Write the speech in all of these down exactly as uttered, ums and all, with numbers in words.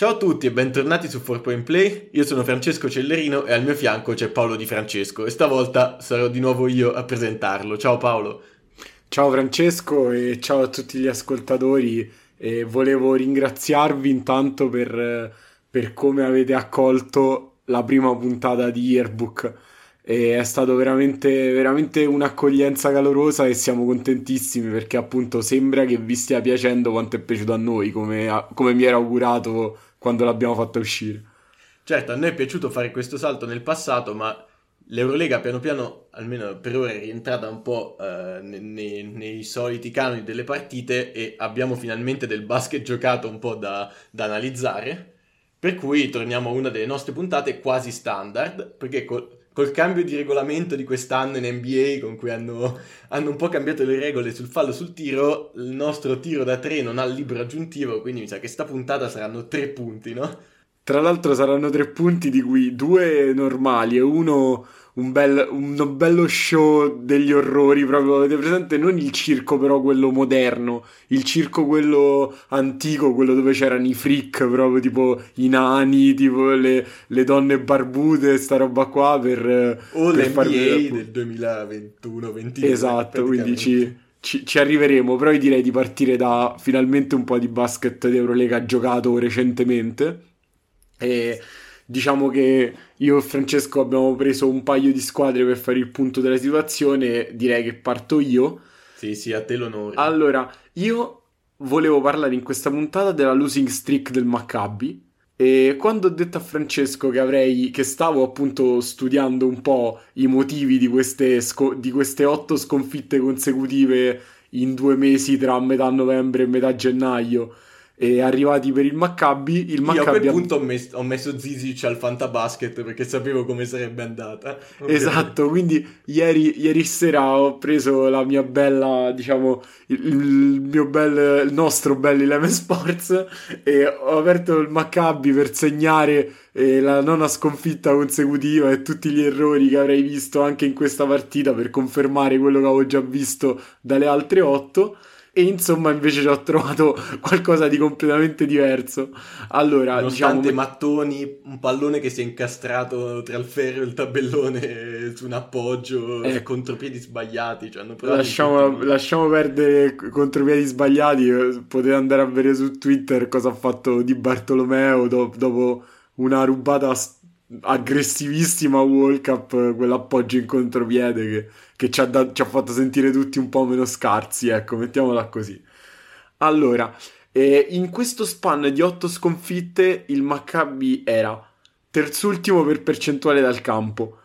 Ciao a tutti e bentornati su quattro Point Play, io sono Francesco Cellerino e al mio fianco c'è Paolo Di Francesco e stavolta sarò di nuovo io a presentarlo. Ciao Paolo. Ciao Francesco e ciao a tutti gli ascoltatori e volevo ringraziarvi intanto per, per come avete accolto la prima puntata di Yearbook. E è stato veramente, veramente un'accoglienza calorosa e siamo contentissimi perché appunto sembra che vi stia piacendo quanto è piaciuto a noi, come, come mi era augurato quando l'abbiamo fatta uscire. Certo, a noi è piaciuto fare questo salto nel passato, ma l'Eurolega piano piano, almeno per ora, è rientrata un po' eh, ne- ne- nei soliti canoni delle partite e abbiamo finalmente del basket giocato un po' da, da analizzare, per cui torniamo a una delle nostre puntate quasi standard, perché col, col cambio di regolamento di quest'anno in N B A, con cui hanno, hanno un po' cambiato le regole sul fallo sul tiro, il nostro tiro da tre non ha il libero aggiuntivo, quindi mi sa che sta puntata saranno tre punti, no? Tra l'altro saranno tre punti di cui due normali e uno un, bel, un bello show degli orrori, proprio avete presente? Non il circo però quello moderno, il circo quello antico, quello dove c'erano i freak, proprio tipo i nani, tipo le, le donne barbute, sta roba qua per, O per l'N B A farvi vedere, appunto. del duemilaventuno ventidue Esatto, quindi praticamente. ci, ci, ci arriveremo, però io direi di partire da finalmente un po' di basket di Eurolega giocato recentemente. E diciamo che io e Francesco abbiamo preso un paio di squadre per fare il punto della situazione. Direi che parto io. Sì, sì, a te l'onore. Allora, io volevo parlare in questa puntata della losing streak del Maccabi. E quando ho detto a Francesco che avrei, che stavo appunto studiando un po' i motivi di queste, sco- di queste otto sconfitte consecutive in due mesi tra metà novembre e metà gennaio, e arrivati per il Maccabi, il Io a quel Maccabi ha. punto ho, mes- ho messo Zizic al Fantabasket perché sapevo come sarebbe andata, ovviamente. Esatto, quindi ieri, ieri sera ho preso la mia bella, diciamo, il, il mio bel, il nostro bel Eleven Sports e ho aperto il Maccabi per segnare eh, la nona sconfitta consecutiva e tutti gli errori che avrei visto anche in questa partita per confermare quello che avevo già visto dalle altre otto. E insomma invece ho trovato qualcosa di completamente diverso. Allora, diciamo, Nonostante met- mattoni, un pallone che si è incastrato tra il ferro e il tabellone su un appoggio, ecco. contropiedi sbagliati, cioè hanno provato in tutti i Lasciamo, modi. lasciamo perdere contropiedi sbagliati. eh, Potete andare a vedere su Twitter cosa ha fatto Di Bartolomeo do- dopo una rubata s- aggressivissima a World Cup, eh, quell'appoggio in contropiede che, che ci ha, da- ci ha fatto sentire tutti un po' meno scarsi, ecco, mettiamola così. Allora, eh, in questo span di otto sconfitte il Maccabi era terzultimo per percentuale dal campo,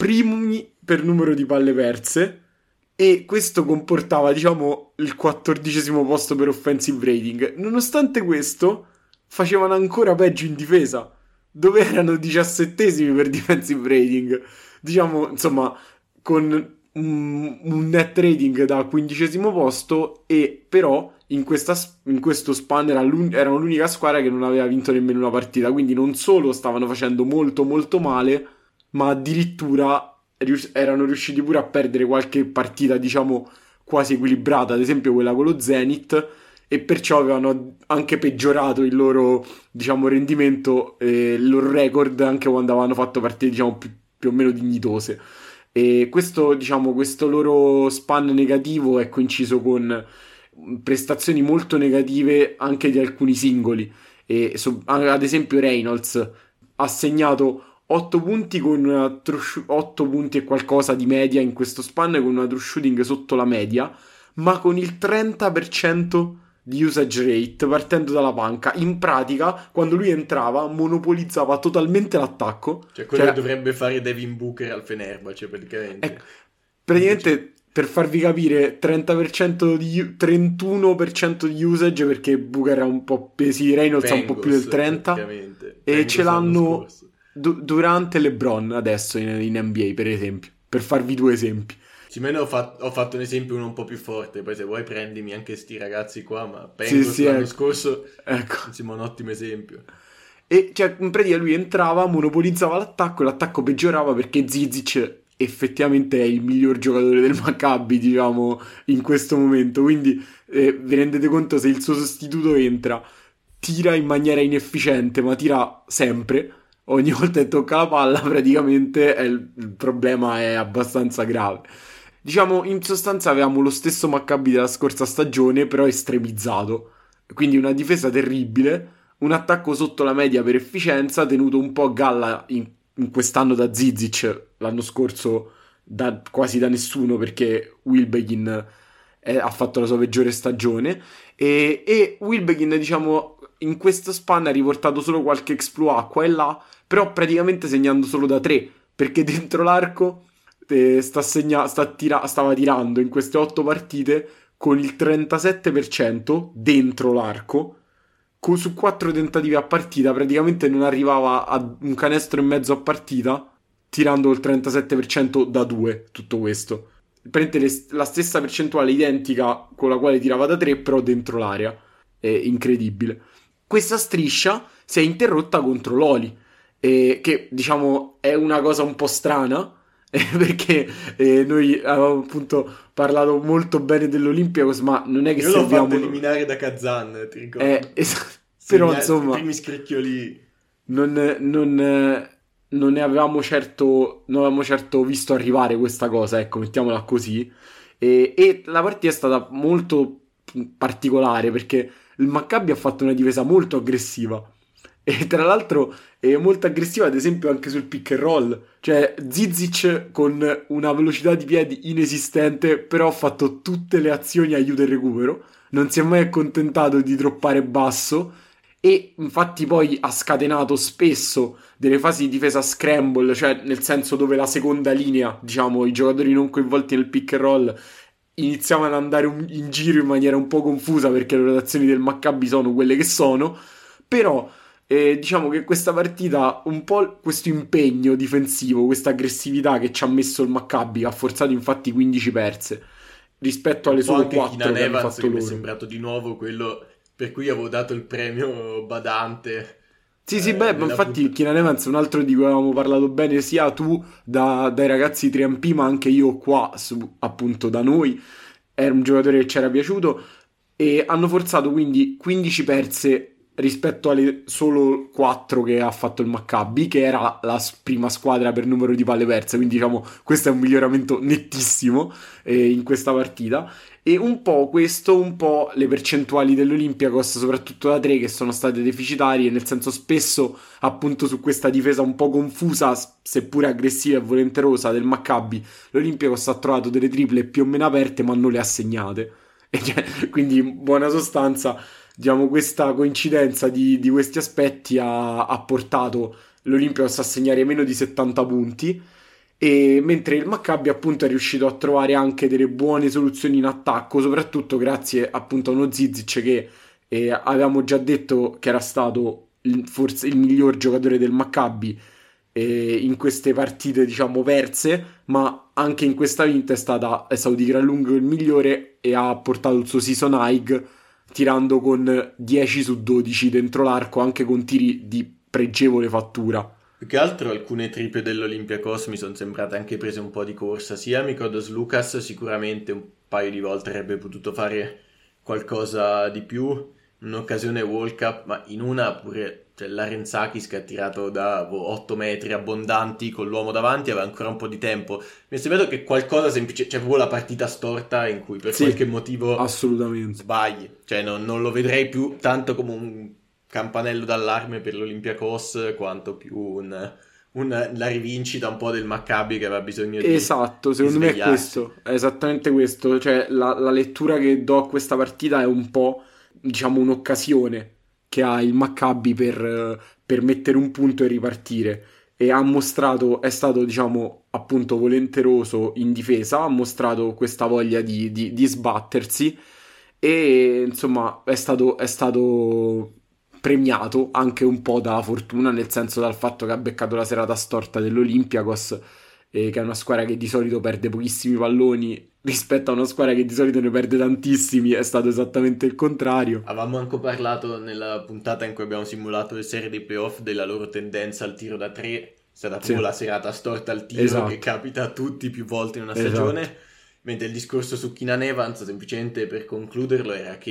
primi per numero di palle perse e questo comportava, diciamo, il quattordicesimo posto per offensive rating. Nonostante questo, facevano ancora peggio in difesa, dove erano diciassettesimi per defensive rating. Diciamo, insomma, con un, un net rating da quindicesimo posto e però in, questa, in questo span era l'un- erano l'unica squadra che non aveva vinto nemmeno una partita, quindi non solo stavano facendo molto molto male, ma addirittura rius- erano riusciti pure a perdere qualche partita, diciamo, quasi equilibrata, ad esempio quella con lo Zenit, e perciò avevano anche peggiorato il loro, diciamo, rendimento, eh, il loro record anche quando avevano fatto partite, diciamo, più, più o meno dignitose. E questo, diciamo, questo loro span negativo è coinciso con prestazioni molto negative anche di alcuni singoli. E so- ad esempio Reynolds ha segnato otto punti con una true shoo- otto punti e qualcosa di media in questo span con una true shooting sotto la media, ma con il trenta per cento di usage rate partendo dalla panca. In pratica, quando lui entrava, monopolizzava totalmente l'attacco. Cioè quello che Cioè, dovrebbe fare Devin Booker al Fenerbahce praticamente. ecco, Invece, praticamente per farvi capire, trenta per cento di, trentuno per cento di usage perché Booker è un po' pesi, Reynolds ha un po' più del Bengals trenta praticamente. e ce Bengals l'anno l'hanno scorso. du- Durante LeBron adesso in, in N B A, per esempio, per farvi due esempi. Sì, ma io ho, fat- ho fatto un esempio uno un po' più forte, poi se vuoi prendimi anche sti ragazzi qua, ma Sì, Bengals sì, l'anno ecco. scorso, Ecco. insomma, un ottimo esempio. E cioè, in pratica lui entrava, monopolizzava l'attacco e l'attacco peggiorava perché Zizic effettivamente è il miglior giocatore del Maccabi, diciamo, in questo momento. Quindi eh, vi rendete conto se il suo sostituto entra, tira in maniera inefficiente, ma tira sempre. Ogni volta che tocca la palla, praticamente è il, il problema è abbastanza grave. Diciamo, in sostanza avevamo lo stesso Maccabi della scorsa stagione, però estremizzato. Quindi una difesa terribile, un attacco sotto la media per efficienza, tenuto un po' a galla in, in quest'anno da Zizic, l'anno scorso da, quasi da nessuno, perché Wilbekin è, ha fatto la sua peggiore stagione, e, e Wilbekin, diciamo, in questo span ha riportato solo qualche exploit qua e là, però praticamente segnando solo da tre, perché dentro l'arco eh, sta segna- sta tira- stava tirando in queste otto partite con il trentasette per cento dentro l'arco, co- su quattro tentativi a partita, praticamente non arrivava a un canestro e mezzo a partita, tirando il trentasette per cento da due, tutto questo. Prende le- la stessa percentuale identica con la quale tirava da tre, però dentro l'area. È incredibile. Questa striscia si è interrotta contro l'Oli, eh, che diciamo è una cosa un po' strana, eh, perché eh, noi avevamo appunto parlato molto bene dell'Olympiacos, ma non è che Io l'ho serviamo... fatto eliminare da Kazan, ti ricordo? Eh, es- però Segna- I insomma primi scricchioli. non, non, eh, non ne avevamo certo, non avevamo certo visto arrivare questa cosa, ecco, mettiamola così. E, e la partita è stata molto particolare perché il Maccabi ha fatto una difesa molto aggressiva. E tra l'altro è molto aggressiva, ad esempio, anche sul pick and roll. Cioè, Zizic con una velocità di piedi inesistente, però ha fatto tutte le azioni aiuto e recupero. Non si è mai accontentato di droppare basso. E infatti poi ha scatenato spesso delle fasi di difesa scramble, cioè nel senso dove la seconda linea, diciamo, i giocatori non coinvolti nel pick and roll iniziavano ad andare un- in giro in maniera un po' confusa perché le rotazioni del Maccabi sono quelle che sono, però eh, diciamo che questa partita, un po' questo impegno difensivo, questa aggressività che ci ha messo il Maccabi, che ha forzato infatti quindici perse, rispetto alle Un po' solo anche quattro Keenan che hanno Evans, fatto che mi è loro. sembrato di nuovo quello per cui avevo dato il premio Badante Sì, sì, eh, beh, ma nella infatti puntata. Keenan Evans è un altro di cui avevamo parlato bene sia tu da- dai ragazzi tre M P, ma anche io qua, su- appunto da noi. Era un giocatore che ci era piaciuto e hanno forzato quindi quindici perse rispetto alle solo quattro che ha fatto il Maccabi, che era la s- prima squadra per numero di palle perse, quindi diciamo questo è un miglioramento nettissimo eh, in questa partita. E un po' questo, un po' le percentuali dell'Olympiacos, soprattutto da tre, che sono state deficitarie, nel senso spesso appunto su questa difesa un po' confusa, s- seppure aggressiva e volenterosa del Maccabi, l'Olympiacos ha trovato delle triple più o meno aperte, ma non le ha segnate. E cioè, quindi in buona sostanza, diciamo, questa coincidenza di, di questi aspetti ha, ha portato l'Olympiacos a segnare meno di settanta punti. E mentre il Maccabi appunto è riuscito a trovare anche delle buone soluzioni in attacco, soprattutto grazie appunto a uno Zizic che eh, avevamo già detto che era stato il- forse il miglior giocatore del Maccabi eh, in queste partite diciamo perse, ma anche in questa vinta è, stata, è stato di gran lungo il migliore e ha portato il suo season high tirando con dieci su dodici dentro l'arco, anche con tiri di pregevole fattura. Più che altro alcune triple dell'Olympiacos mi sono sembrate anche prese un po' di corsa. Sia Mikodos Lucas sicuramente un paio di volte avrebbe potuto fare qualcosa di più. Un'occasione World Cup, ma in una pure cioè, Larenzakis che ha tirato da otto metri abbondanti con l'uomo davanti, aveva ancora un po' di tempo. Mi è sembrato che qualcosa semplice, cioè proprio la partita storta in cui per Sì, qualche motivo assolutamente. sbagli. Cioè non, non lo vedrei più tanto come un campanello d'allarme per l'Olympiacos quanto più un, un- la rivincita un po' del Maccabi che aveva bisogno di, Esatto, di secondo me è svegliarsi. questo, è esattamente questo, cioè la, la lettura che do a questa partita è un po', diciamo, un'occasione che ha il Maccabi per, eh, per mettere un punto e ripartire e ha mostrato, è stato, diciamo, appunto volenteroso in difesa, ha mostrato questa voglia di, di- di sbattersi e insomma è stato, è stato premiato anche un po' dalla fortuna, nel senso dal fatto che ha beccato la serata storta dell'Olympiacos, eh, che è una squadra che di solito perde pochissimi palloni rispetto a una squadra che di solito ne perde tantissimi, è stato esattamente il contrario. Avevamo anche parlato nella puntata in cui abbiamo simulato le serie dei playoff della loro tendenza al tiro da tre. È stata Sì, proprio la serata storta al tiro che esatto, capita a tutti più volte in una esatto. stagione. Mentre il discorso su Keenan Evans, semplicemente per concluderlo, era che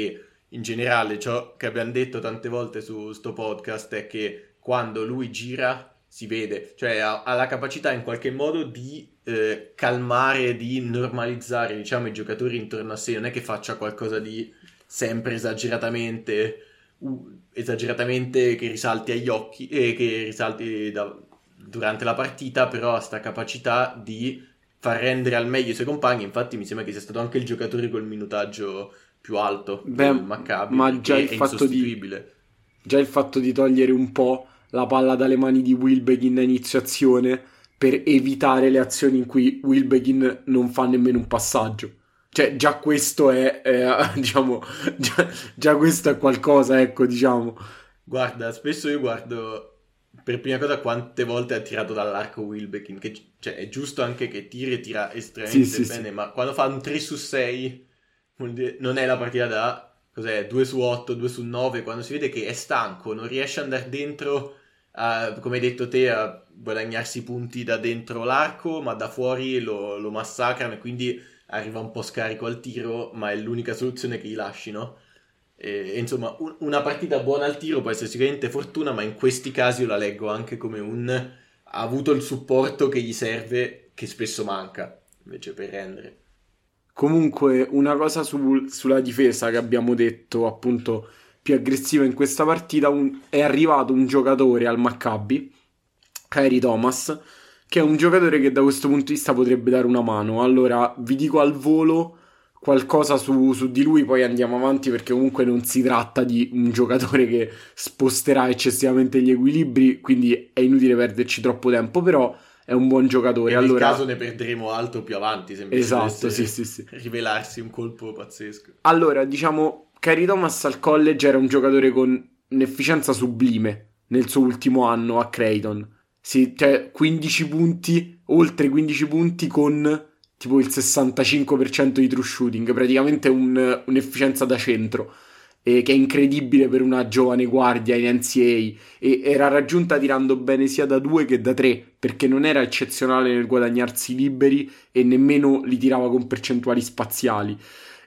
in generale ciò che abbiamo detto tante volte su sto podcast è che quando lui gira si vede, cioè ha, ha la capacità in qualche modo di eh, calmare, di normalizzare, diciamo, i giocatori intorno a sé, non è che faccia qualcosa di sempre esageratamente, uh, esageratamente che risalti agli occhi e che risalti da, durante la partita, però ha sta capacità di far rendere al meglio i suoi compagni. Infatti mi sembra che sia stato anche il giocatore col minutaggio più alto Beh, del Maccabi, ma già perché il è fatto di insostituibile. già il fatto di togliere un po' la palla dalle mani di Wilbekin a inizio azione per evitare le azioni in cui Wilbekin non fa nemmeno un passaggio. Cioè, già questo è, è, diciamo, già, già questo è qualcosa, ecco, diciamo. Guarda, spesso io guardo per prima cosa quante volte ha tirato dall'arco Wilbekin, che cioè, è giusto anche che tiri e tira Sì, estremamente sì, bene, sì. ma quando fa un tre su sei vuol dire- non è la partita da, cos'è, due su otto, due su nove, quando si vede che è stanco, non riesce ad andare dentro, a, come hai detto te, a guadagnarsi punti da dentro l'arco, ma da fuori lo, lo massacrano e quindi arriva un po' scarico al tiro, ma è l'unica soluzione che gli lasciano. E, e insomma, un- una partita buona al tiro può essere sicuramente fortuna, ma in questi casi io la leggo anche come un ha avuto il supporto che gli serve, che spesso manca invece per rendere. Comunque, una cosa sul- sulla difesa che abbiamo detto, appunto, più aggressiva in questa partita, un- è arrivato un giocatore al Maccabi, Kyrie Thomas, che è un giocatore che da questo punto di vista potrebbe dare una mano. Allora, vi dico al volo qualcosa su, su di lui, poi andiamo avanti perché comunque non si tratta di un giocatore che sposterà eccessivamente gli equilibri, quindi è inutile perderci troppo tempo, però è un buon giocatore. E nel caso Allora, ne perderemo altro più avanti se invece esatto, sì, dovesse sì, sì. rivelarsi un colpo pazzesco. Allora, diciamo, Kyrie Thomas al college era un giocatore con un'efficienza sublime nel suo ultimo anno a Creighton. Sì, cioè quindici punti, oltre quindici punti con tipo il sessantacinque per cento di true shooting, praticamente un- un'efficienza da centro, e che è incredibile per una giovane guardia in N C A A, e era raggiunta tirando bene sia da due che da tre, perché non era eccezionale nel guadagnarsi liberi e nemmeno li tirava con percentuali spaziali.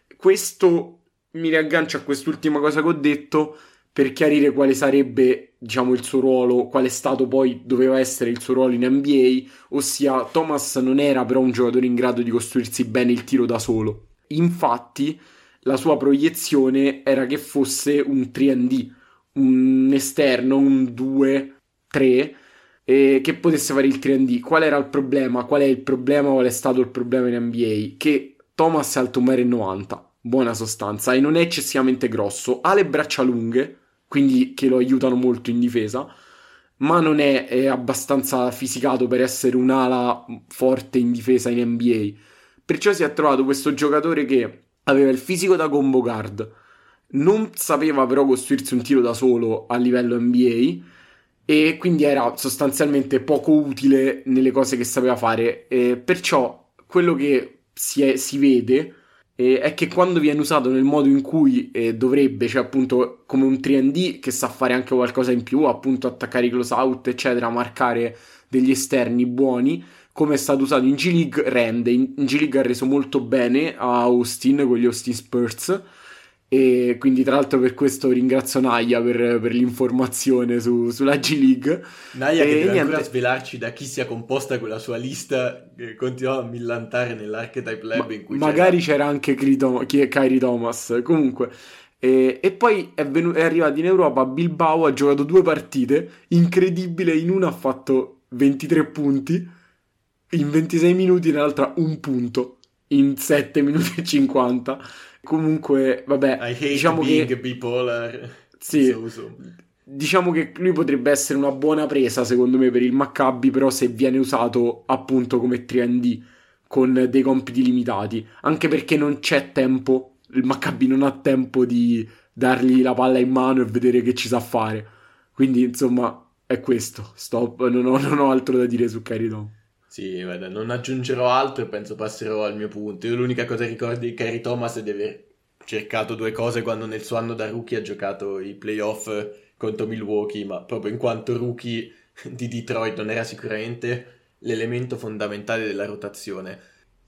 Questo mi riaggancio a quest'ultima cosa che ho detto per chiarire quale sarebbe, diciamo, il suo ruolo, quale è stato poi, doveva essere il suo ruolo in N B A, ossia Thomas non era però un giocatore in grado di costruirsi bene il tiro da solo. Infatti, la sua proiezione era che fosse un tre and D, un esterno, un due tre, eh, che potesse fare il tre and D. Qual era il problema? Qual è il problema? Qual è stato il problema in N B A? Che Thomas è alto uno e novanta m, buona sostanza, e non è eccessivamente grosso, ha le braccia lunghe, quindi che lo aiutano molto in difesa, ma non è, è abbastanza fisicato per essere un'ala forte in difesa in N B A. Perciò si è trovato questo giocatore che aveva il fisico da combo guard, non sapeva però costruirsi un tiro da solo a livello N B A, e quindi era sostanzialmente poco utile nelle cose che sapeva fare. E perciò quello che si, è- si vede eh, è che quando viene usato nel modo in cui eh, dovrebbe, cioè appunto come un tre and D che sa fare anche qualcosa in più, appunto attaccare i close out, eccetera, marcare degli esterni buoni, come è stato usato in G League, rende. In, in G League ha reso molto bene a Austin con gli Austin Spurs, e quindi tra l'altro per questo ringrazio Naya per, per l'informazione su- sulla G League. Naya che E deve ancora niente, svelarci da chi sia composta quella sua lista che continuava a millantare nell'Archetype Lab ma- in cui magari c'era. c'era anche Crito- chi è Kyrie Thomas, comunque. E, e poi è, venu- è arrivato in Europa a Bilbao, ha giocato due partite, incredibile, in una ha fatto ventitré punti, in ventisei minuti, nell'altra un punto, in sette minuti e cinquanta. Comunque, vabbè, I hate diciamo being che bipolar. sì, So, so. diciamo che lui potrebbe essere una buona presa secondo me per il Maccabi, però se viene usato appunto come tre and D con dei compiti limitati, anche perché non c'è tempo, il Maccabi non ha tempo di dargli la palla in mano e vedere che ci sa fare. Quindi insomma è questo, stop, non ho, non ho altro da dire su Caridon. Sì, guarda, non aggiungerò altro e penso passerò al mio punto. Io l'unica cosa che ricordo di Kyrie Thomas è di aver cercato due cose quando nel suo anno da rookie ha giocato i playoff contro Milwaukee, ma proprio in quanto rookie di Detroit non era sicuramente l'elemento fondamentale della rotazione.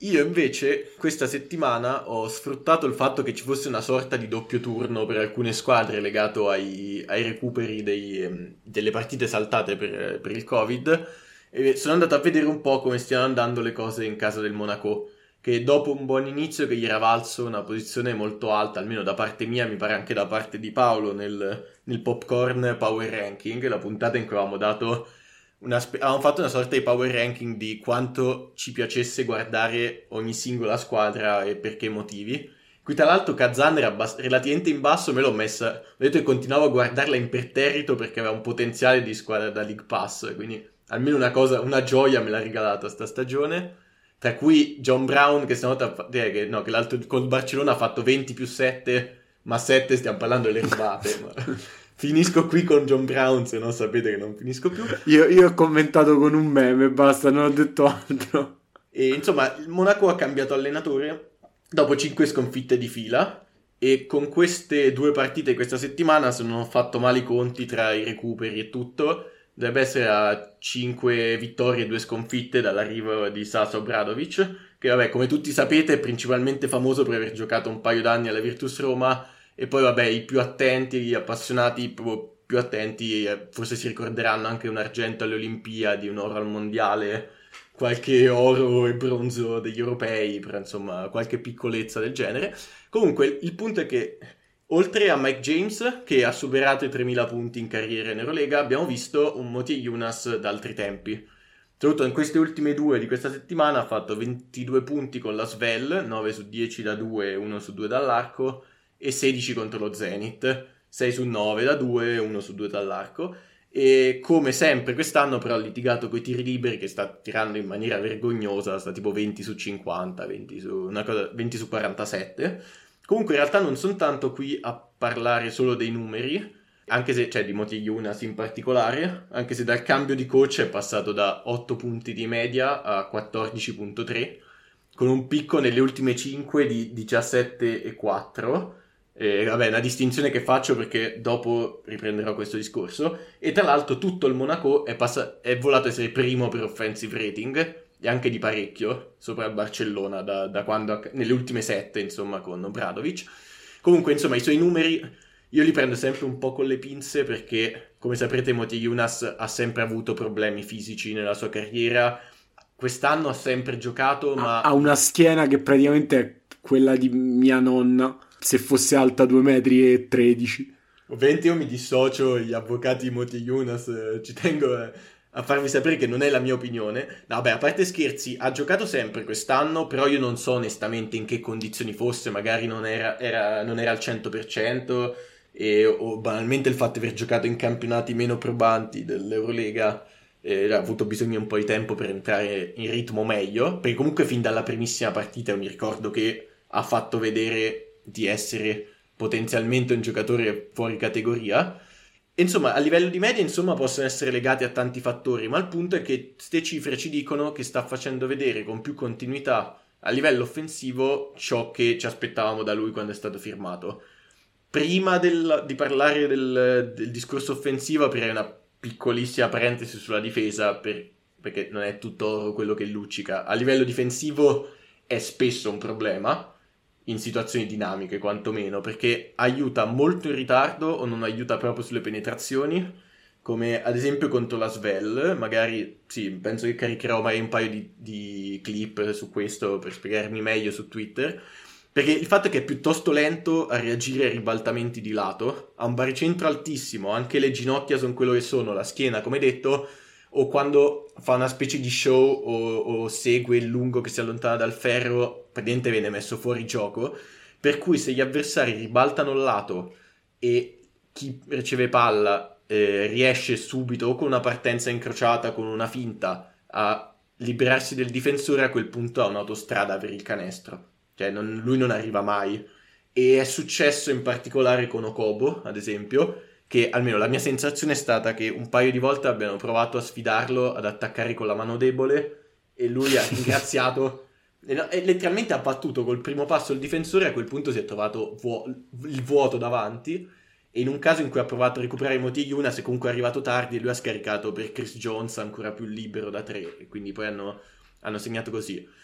Io invece questa settimana ho sfruttato il fatto che ci fosse una sorta di doppio turno per alcune squadre legato ai, ai recuperi dei, ehm, delle partite saltate per, per il Covid, e sono andato a vedere un po' come stiano andando le cose in casa del Monaco, che dopo un buon inizio che gli era valso una posizione molto alta, almeno da parte mia, mi pare anche da parte di Paolo, nel, nel Popcorn Power Ranking, la puntata in cui avevamo dato una spe- avevamo fatto una sorta di power ranking di quanto ci piacesse guardare ogni singola squadra e per che motivi. Qui tra l'altro Kazan era abbast- relativamente in basso, me l'ho messa, ho detto che continuavo a guardarla imperterrito perché aveva un potenziale di squadra da League Pass, quindi almeno una cosa, una gioia me l'ha regalata sta stagione. Tra cui John Brown che stanotte ha fa- direi che, no, che l'altro col Barcellona ha fatto venti più sette, ma sette stiamo parlando delle rubate. ma... Finisco qui con John Brown, se no sapete che non finisco più. Io, io ho commentato con un meme, basta, non ho detto altro. E insomma, il Monaco ha cambiato allenatore dopo cinque sconfitte di fila e con queste due partite questa settimana, se non ho fatto male i conti tra i recuperi e tutto, dovrebbe essere a cinque vittorie e due sconfitte dall'arrivo di Sasa Obradovic, che vabbè, come tutti sapete è principalmente famoso per aver giocato un paio d'anni alla Virtus Roma. E poi vabbè, i più attenti, gli appassionati proprio più attenti eh, forse si ricorderanno anche un argento alle Olimpiadi, un oro al mondiale, qualche oro e bronzo degli europei, però insomma qualche piccolezza del genere. Comunque il punto è che oltre a Mike James, che ha superato i tremila punti in carriera in Eurolega, abbiamo visto un Moti Younas da altri tempi. Soprattutto in queste ultime due di questa settimana ha fatto ventidue punti con la Svel, nove su dieci da due, uno su due dall'arco, e sedici contro lo Zenit, sei su nove da due, uno su due dall'arco. E come sempre quest'anno però ha litigato coi tiri liberi, che sta tirando in maniera vergognosa, sta tipo venti su cinquanta, venti su, una cosa, venti su quarantasette. Comunque in realtà non sono tanto qui a parlare solo dei numeri, anche se, cioè di Moti Younas in particolare, anche se dal cambio di coach è passato da otto punti di media a quattordici virgola tre, con un picco nelle ultime cinque di diciassette virgola quattro. E vabbè, una distinzione che faccio perché dopo riprenderò questo discorso. E tra l'altro tutto il Monaco è, pass- è volato a essere primo per offensive rating, e anche di parecchio, sopra il Barcellona, da, da quando, ha- nelle ultime sette, insomma, con Obradovic. Comunque, insomma, i suoi numeri io li prendo sempre un po' con le pinze perché, come saprete, Moti Younas ha sempre avuto problemi fisici nella sua carriera. Quest'anno ha sempre giocato, ma... Ha una schiena che praticamente è quella di mia nonna, se fosse alta due metri e tredici. Ovviamente io mi dissocio, gli avvocati Moti Younas, eh, ci tengo eh, a farvi sapere che non è la mia opinione. No, vabbè, a parte scherzi, ha giocato sempre quest'anno, però io non so onestamente in che condizioni fosse, magari non era, era- non era al cento per cento, e, o banalmente il fatto di aver giocato in campionati meno probanti dell'Eurolega, eh, ha avuto bisogno un po' di tempo per entrare in ritmo meglio, perché comunque fin dalla primissima partita io mi ricordo che ha fatto vedere di essere potenzialmente un giocatore fuori categoria. E insomma, a livello di media, insomma, possono essere legati a tanti fattori, ma il punto è che queste cifre ci dicono che sta facendo vedere con più continuità a livello offensivo ciò che ci aspettavamo da lui quando è stato firmato. Prima del- di parlare del, del discorso offensivo, aprirei una piccolissima parentesi sulla difesa, per- perché non è tutto oro quello che luccica. A livello difensivo è spesso un problema, in situazioni dinamiche quantomeno, perché aiuta molto in ritardo o non aiuta proprio sulle penetrazioni, come ad esempio contro la Svel. Magari, sì, penso che caricherò magari un paio di, di clip su questo per spiegarmi meglio su Twitter, perché il fatto è che è piuttosto lento a reagire ai ribaltamenti di lato, ha un baricentro altissimo, anche le ginocchia sono quello che sono, la schiena come detto, o quando fa una specie di show o, o segue il lungo che si allontana dal ferro, praticamente viene messo fuori gioco, per cui se gli avversari ribaltano il lato e chi riceve palla eh, riesce subito o con una partenza incrociata, con una finta, a liberarsi del difensore, a quel punto ha un'autostrada per il canestro. Cioè non- lui non arriva mai. E è successo in particolare con Okobo, ad esempio, che almeno la mia sensazione è stata che un paio di volte abbiano provato a sfidarlo ad attaccare con la mano debole e lui ha ringraziato e, no- e letteralmente ha battuto col primo passo il difensore, a quel punto si è trovato vuo- il vuoto davanti, e in un caso in cui ha provato a recuperare Moti Younas è comunque arrivato tardi e lui ha scaricato per Chris Jones ancora più libero da tre, e quindi poi hanno, hanno segnato così.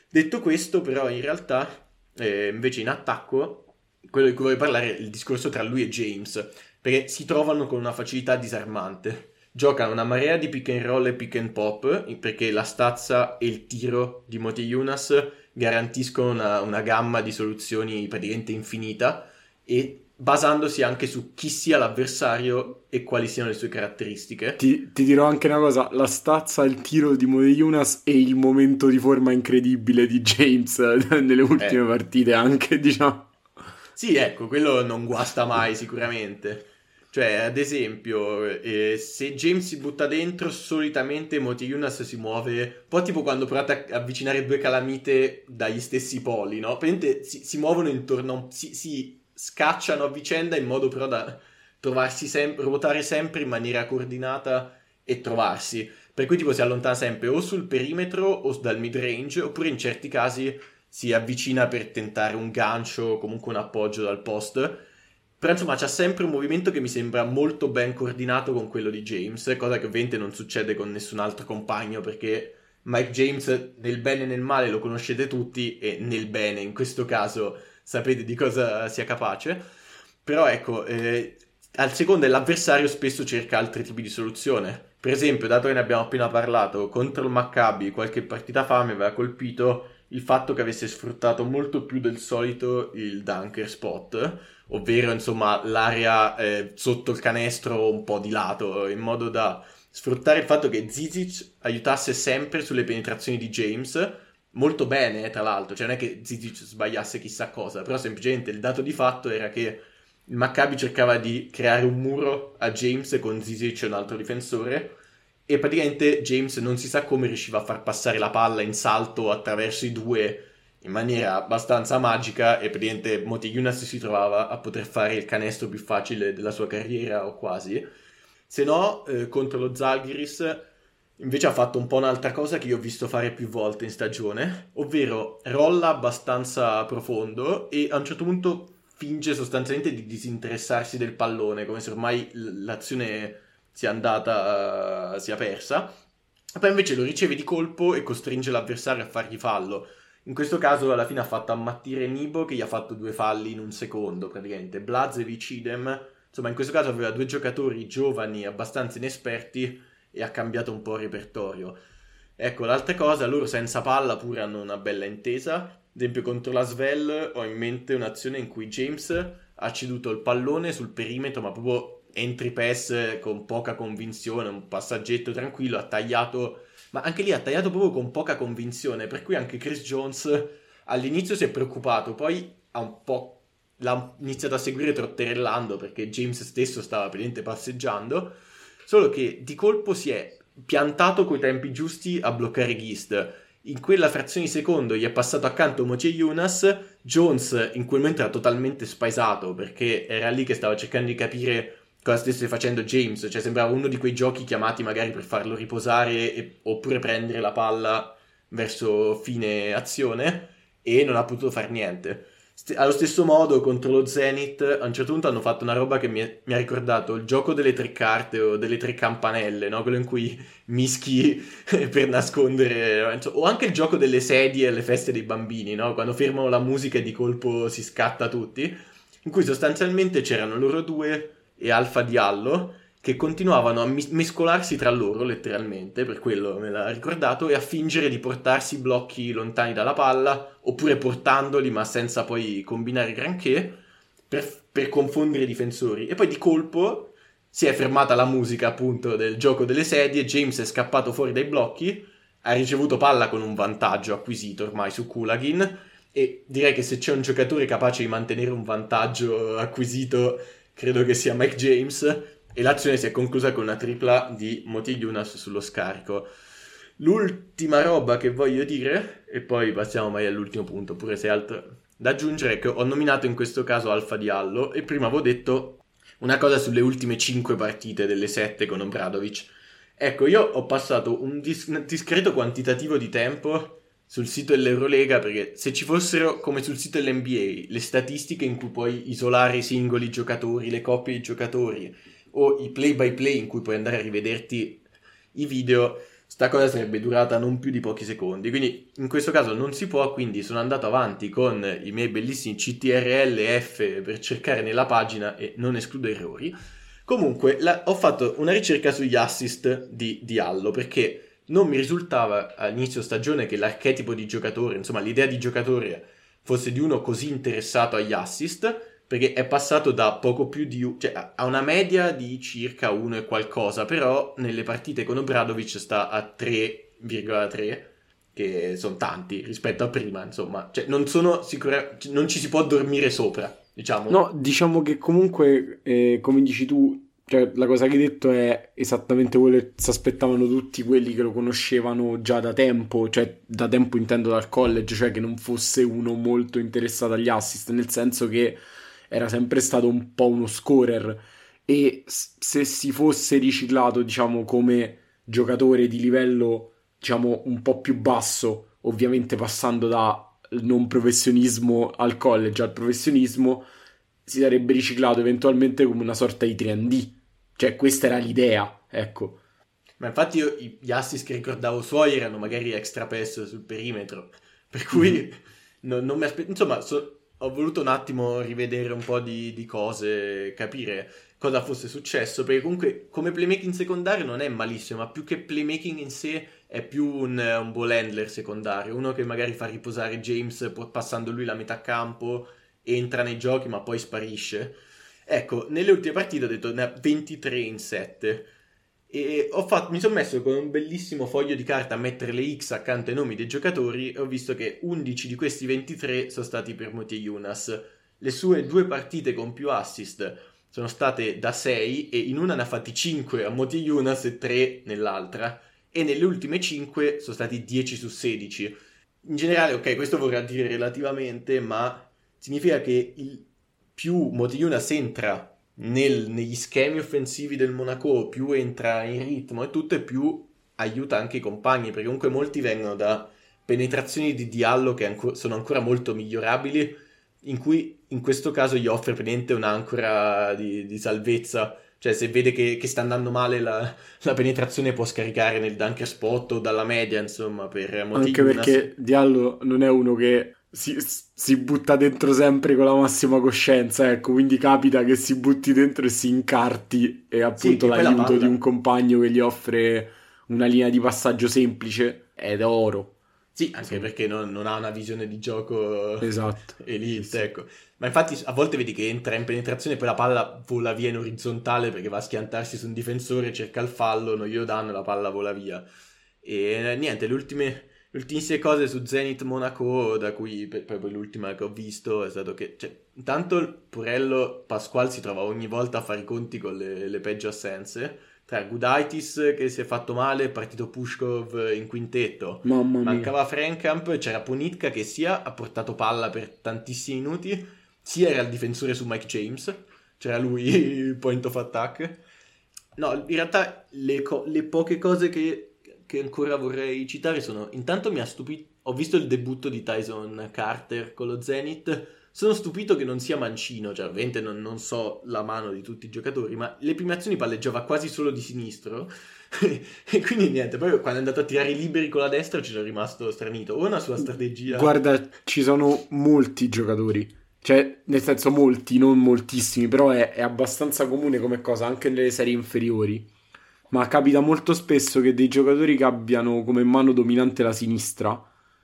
Detto questo, però, in realtà, eh, invece in attacco, quello di cui voglio parlare è il discorso tra lui e James, perché si trovano con una facilità disarmante. Giocano una marea di pick and roll e pick and pop, perché la stazza e il tiro di Motiejunas garantiscono una, una gamma di soluzioni praticamente infinita, e basandosi anche su chi sia l'avversario e quali siano le sue caratteristiche. Ti, ti dirò anche una cosa, la stazza, il tiro di Motiejunas e il momento di forma incredibile di James nelle ultime Eh. partite anche, diciamo. Sì, ecco, quello non guasta mai sicuramente. Cioè, ad esempio, eh, se James si butta dentro, solitamente Motiejunas si muove un po' tipo quando provate a avvicinare due calamite dagli stessi poli, no? Praticamente si, si muovono intorno, a un- si, si scacciano a vicenda in modo però da trovarsi sempre, ruotare sempre in maniera coordinata e trovarsi. Per cui tipo si allontana sempre o sul perimetro o dal mid range, oppure in certi casi si avvicina per tentare un gancio o comunque un appoggio dal post. Però insomma c'ha sempre un movimento che mi sembra molto ben coordinato con quello di James, cosa che ovviamente non succede con nessun altro compagno, perché Mike James nel bene e nel male lo conoscete tutti, e nel bene in questo caso sapete di cosa sia capace. Però ecco, eh, al secondo l'avversario spesso cerca altri tipi di soluzione. Per esempio, dato che ne abbiamo appena parlato, contro il Maccabi qualche partita fa mi aveva colpito il fatto che avesse sfruttato molto più del solito il dunker spot, ovvero insomma l'area eh, sotto il canestro un po' di lato, in modo da sfruttare il fatto che Zizic aiutasse sempre sulle penetrazioni di James, molto bene eh, tra l'altro, cioè non è che Zizic sbagliasse chissà cosa, però semplicemente il dato di fatto era che il Maccabi cercava di creare un muro a James con Zizic e un altro difensore, e praticamente James non si sa come riusciva a far passare la palla in salto attraverso i due in maniera abbastanza magica, e praticamente Motiejunas si trovava a poter fare il canestro più facile della sua carriera o quasi. Se no, eh, contro lo Zalgiris invece ha fatto un po' un'altra cosa che io ho visto fare più volte in stagione, ovvero rolla abbastanza profondo e a un certo punto finge sostanzialmente di disinteressarsi del pallone, come se ormai l- l'azione sia andata, sia persa. Poi invece lo riceve di colpo e costringe l'avversario a fargli fallo. In questo caso alla fine ha fatto ammattire Nibo, che gli ha fatto due falli in un secondo praticamente. Blazevic idem. Insomma, in questo caso aveva due giocatori giovani abbastanza inesperti e ha cambiato un po' il repertorio. Ecco, l'altra cosa, loro senza palla pure hanno una bella intesa. Ad esempio contro la Svel ho in mente un'azione in cui James ha ceduto il pallone sul perimetro, ma proprio entry pass con poca convinzione, un passaggetto tranquillo, ha tagliato, ma anche lì ha tagliato proprio con poca convinzione, per cui anche Chris Jones all'inizio si è preoccupato, poi ha un po' l'ha iniziato a seguire trotterellando perché James stesso stava praticamente passeggiando, solo che di colpo si è piantato coi tempi giusti a bloccare Gist. In quella frazione di secondo gli è passato accanto Motiejunas. Jones in quel momento era totalmente spaesato perché era lì che stava cercando di capire cosa stesse facendo James, cioè sembrava uno di quei giochi chiamati magari per farlo riposare e, oppure prendere la palla verso fine azione, e non ha potuto fare niente. St- allo stesso modo contro lo Zenit a un certo punto hanno fatto una roba che mi, è- mi ha ricordato il gioco delle tre carte o delle tre campanelle, no? Quello in cui mischi per nascondere, o anche il gioco delle sedie alle feste dei bambini, no? Quando fermano la musica e di colpo si scatta tutti, in cui sostanzialmente c'erano loro due e Alfa Diallo che continuavano a mis- mescolarsi tra loro letteralmente, per quello me l'ha ricordato, e a fingere di portarsi blocchi lontani dalla palla oppure portandoli ma senza poi combinare granché per, per confondere i difensori. E poi di colpo si è fermata la musica appunto del gioco delle sedie, James è scappato fuori dai blocchi, ha ricevuto palla con un vantaggio acquisito ormai su Kulagin, e direi che se c'è un giocatore capace di mantenere un vantaggio acquisito credo che sia Mike James, e l'azione si è conclusa con una tripla di Motiejunas sullo scarico. L'ultima roba che voglio dire, e poi passiamo mai all'ultimo punto, pure se altro da aggiungere, è che ho nominato in questo caso Alfa Diallo e prima avevo detto una cosa sulle ultime cinque partite delle sette con Obradovic. Ecco, io ho passato un dis- discreto quantitativo di tempo sul sito dell'Eurolega, perché se ci fossero, come sul sito dell'N B A, le statistiche in cui puoi isolare i singoli giocatori, le coppie di giocatori, o i play by play in cui puoi andare a rivederti i video, sta cosa sarebbe durata non più di pochi secondi, quindi in questo caso non si può, quindi sono andato avanti con i miei bellissimi C T R L F per cercare nella pagina e non escludo errori. Comunque la, ho fatto una ricerca sugli assist di Diallo, perché non mi risultava all'inizio stagione che l'archetipo di giocatore, insomma l'idea di giocatore fosse di uno così interessato agli assist, perché è passato da poco più di... cioè ha una media di circa uno e qualcosa, però nelle partite con Obradovic sta a tre virgola tre, che sono tanti rispetto a prima, insomma. Cioè non sono sicura... non ci si può dormire sopra, diciamo. No, diciamo che comunque, eh, come dici tu, cioè, la cosa che hai detto è esattamente quello che si aspettavano tutti quelli che lo conoscevano già da tempo, cioè da tempo intendo dal college, cioè che non fosse uno molto interessato agli assist, nel senso che era sempre stato un po' uno scorer e se si fosse riciclato, diciamo, come giocatore di livello, diciamo, un po' più basso, ovviamente passando da non professionismo al college al professionismo, si sarebbe riciclato eventualmente come una sorta di tre and D, cioè questa era l'idea, ecco. Ma infatti io gli assist che ricordavo suoi erano magari extra pass sul perimetro, per cui mm-hmm. non, non mi aspetto, insomma so, ho voluto un attimo rivedere un po' di, di cose, capire cosa fosse successo, perché comunque come playmaking secondario non è malissimo, ma più che playmaking in sé è più un, un ball handler secondario, uno che magari fa riposare James passando lui la metà campo, entra nei giochi ma poi sparisce. Ecco, nelle ultime partite ho detto ventitré in sette e ho fatto, mi sono messo con un bellissimo foglio di carta a mettere le X accanto ai nomi dei giocatori e ho visto che undici di questi ventitré sono stati per Motiejunas. Le sue due partite con più assist sono state da sei e in una ne ha fatti cinque a Motiejunas e tre nell'altra, e nelle ultime cinque sono stati dieci su sedici. In generale, ok, questo vorrà dire relativamente, ma significa che il più Motiejunas entra nel, negli schemi offensivi del Monaco, più entra in ritmo e tutto, e più aiuta anche i compagni, perché comunque molti vengono da penetrazioni di Diallo che anco, sono ancora molto migliorabili, in cui in questo caso gli offre praticamente un'ancora di, di salvezza, cioè se vede che, che sta andando male la, la penetrazione può scaricare nel dunker spot o dalla media, insomma, per Motiejunas. Anche perché Diallo non è uno che Si, si butta dentro sempre con la massima coscienza, ecco, quindi capita che si butti dentro e si incarti e appunto sì, l'aiuto di un compagno che gli offre una linea di passaggio semplice ed è oro. Sì, anche sì. Perché non, non ha una visione di gioco esatto. elite, sì, ecco. Ma infatti a volte vedi che entra in penetrazione e poi la palla vola via in orizzontale perché va a schiantarsi su un difensore, cerca il fallo, non glielo danno e la palla vola via. E niente, le ultime... Le ultimissime cose su Zenit Monaco, da cui proprio l'ultima che ho visto è stato che, cioè, intanto il Purello Pasquale si trova ogni volta a fare i conti con le, le peggio assenze, tra Gudaitis che si è fatto male, è partito Pushkov in quintetto, Mamma mia. Mancava Frankamp, c'era Ponitka che sia ha portato palla per tantissimi minuti, sia era il difensore su Mike James, c'era lui il point of attack. No, in realtà le, co- le poche cose che che ancora vorrei citare sono, intanto mi ha stupito, ho visto il debutto di Tyson Carter con lo Zenit, sono stupito che non sia mancino, cioè ovviamente non, non so la mano di tutti i giocatori, ma le prime azioni palleggiava quasi solo di sinistro e quindi niente, poi quando è andato a tirare i liberi con la destra ci sono rimasto stranito, o una sua strategia... Guarda, ci sono molti giocatori, cioè nel senso molti, non moltissimi, però è, è abbastanza comune come cosa anche nelle serie inferiori. Ma capita molto spesso che dei giocatori che abbiano come mano dominante la sinistra,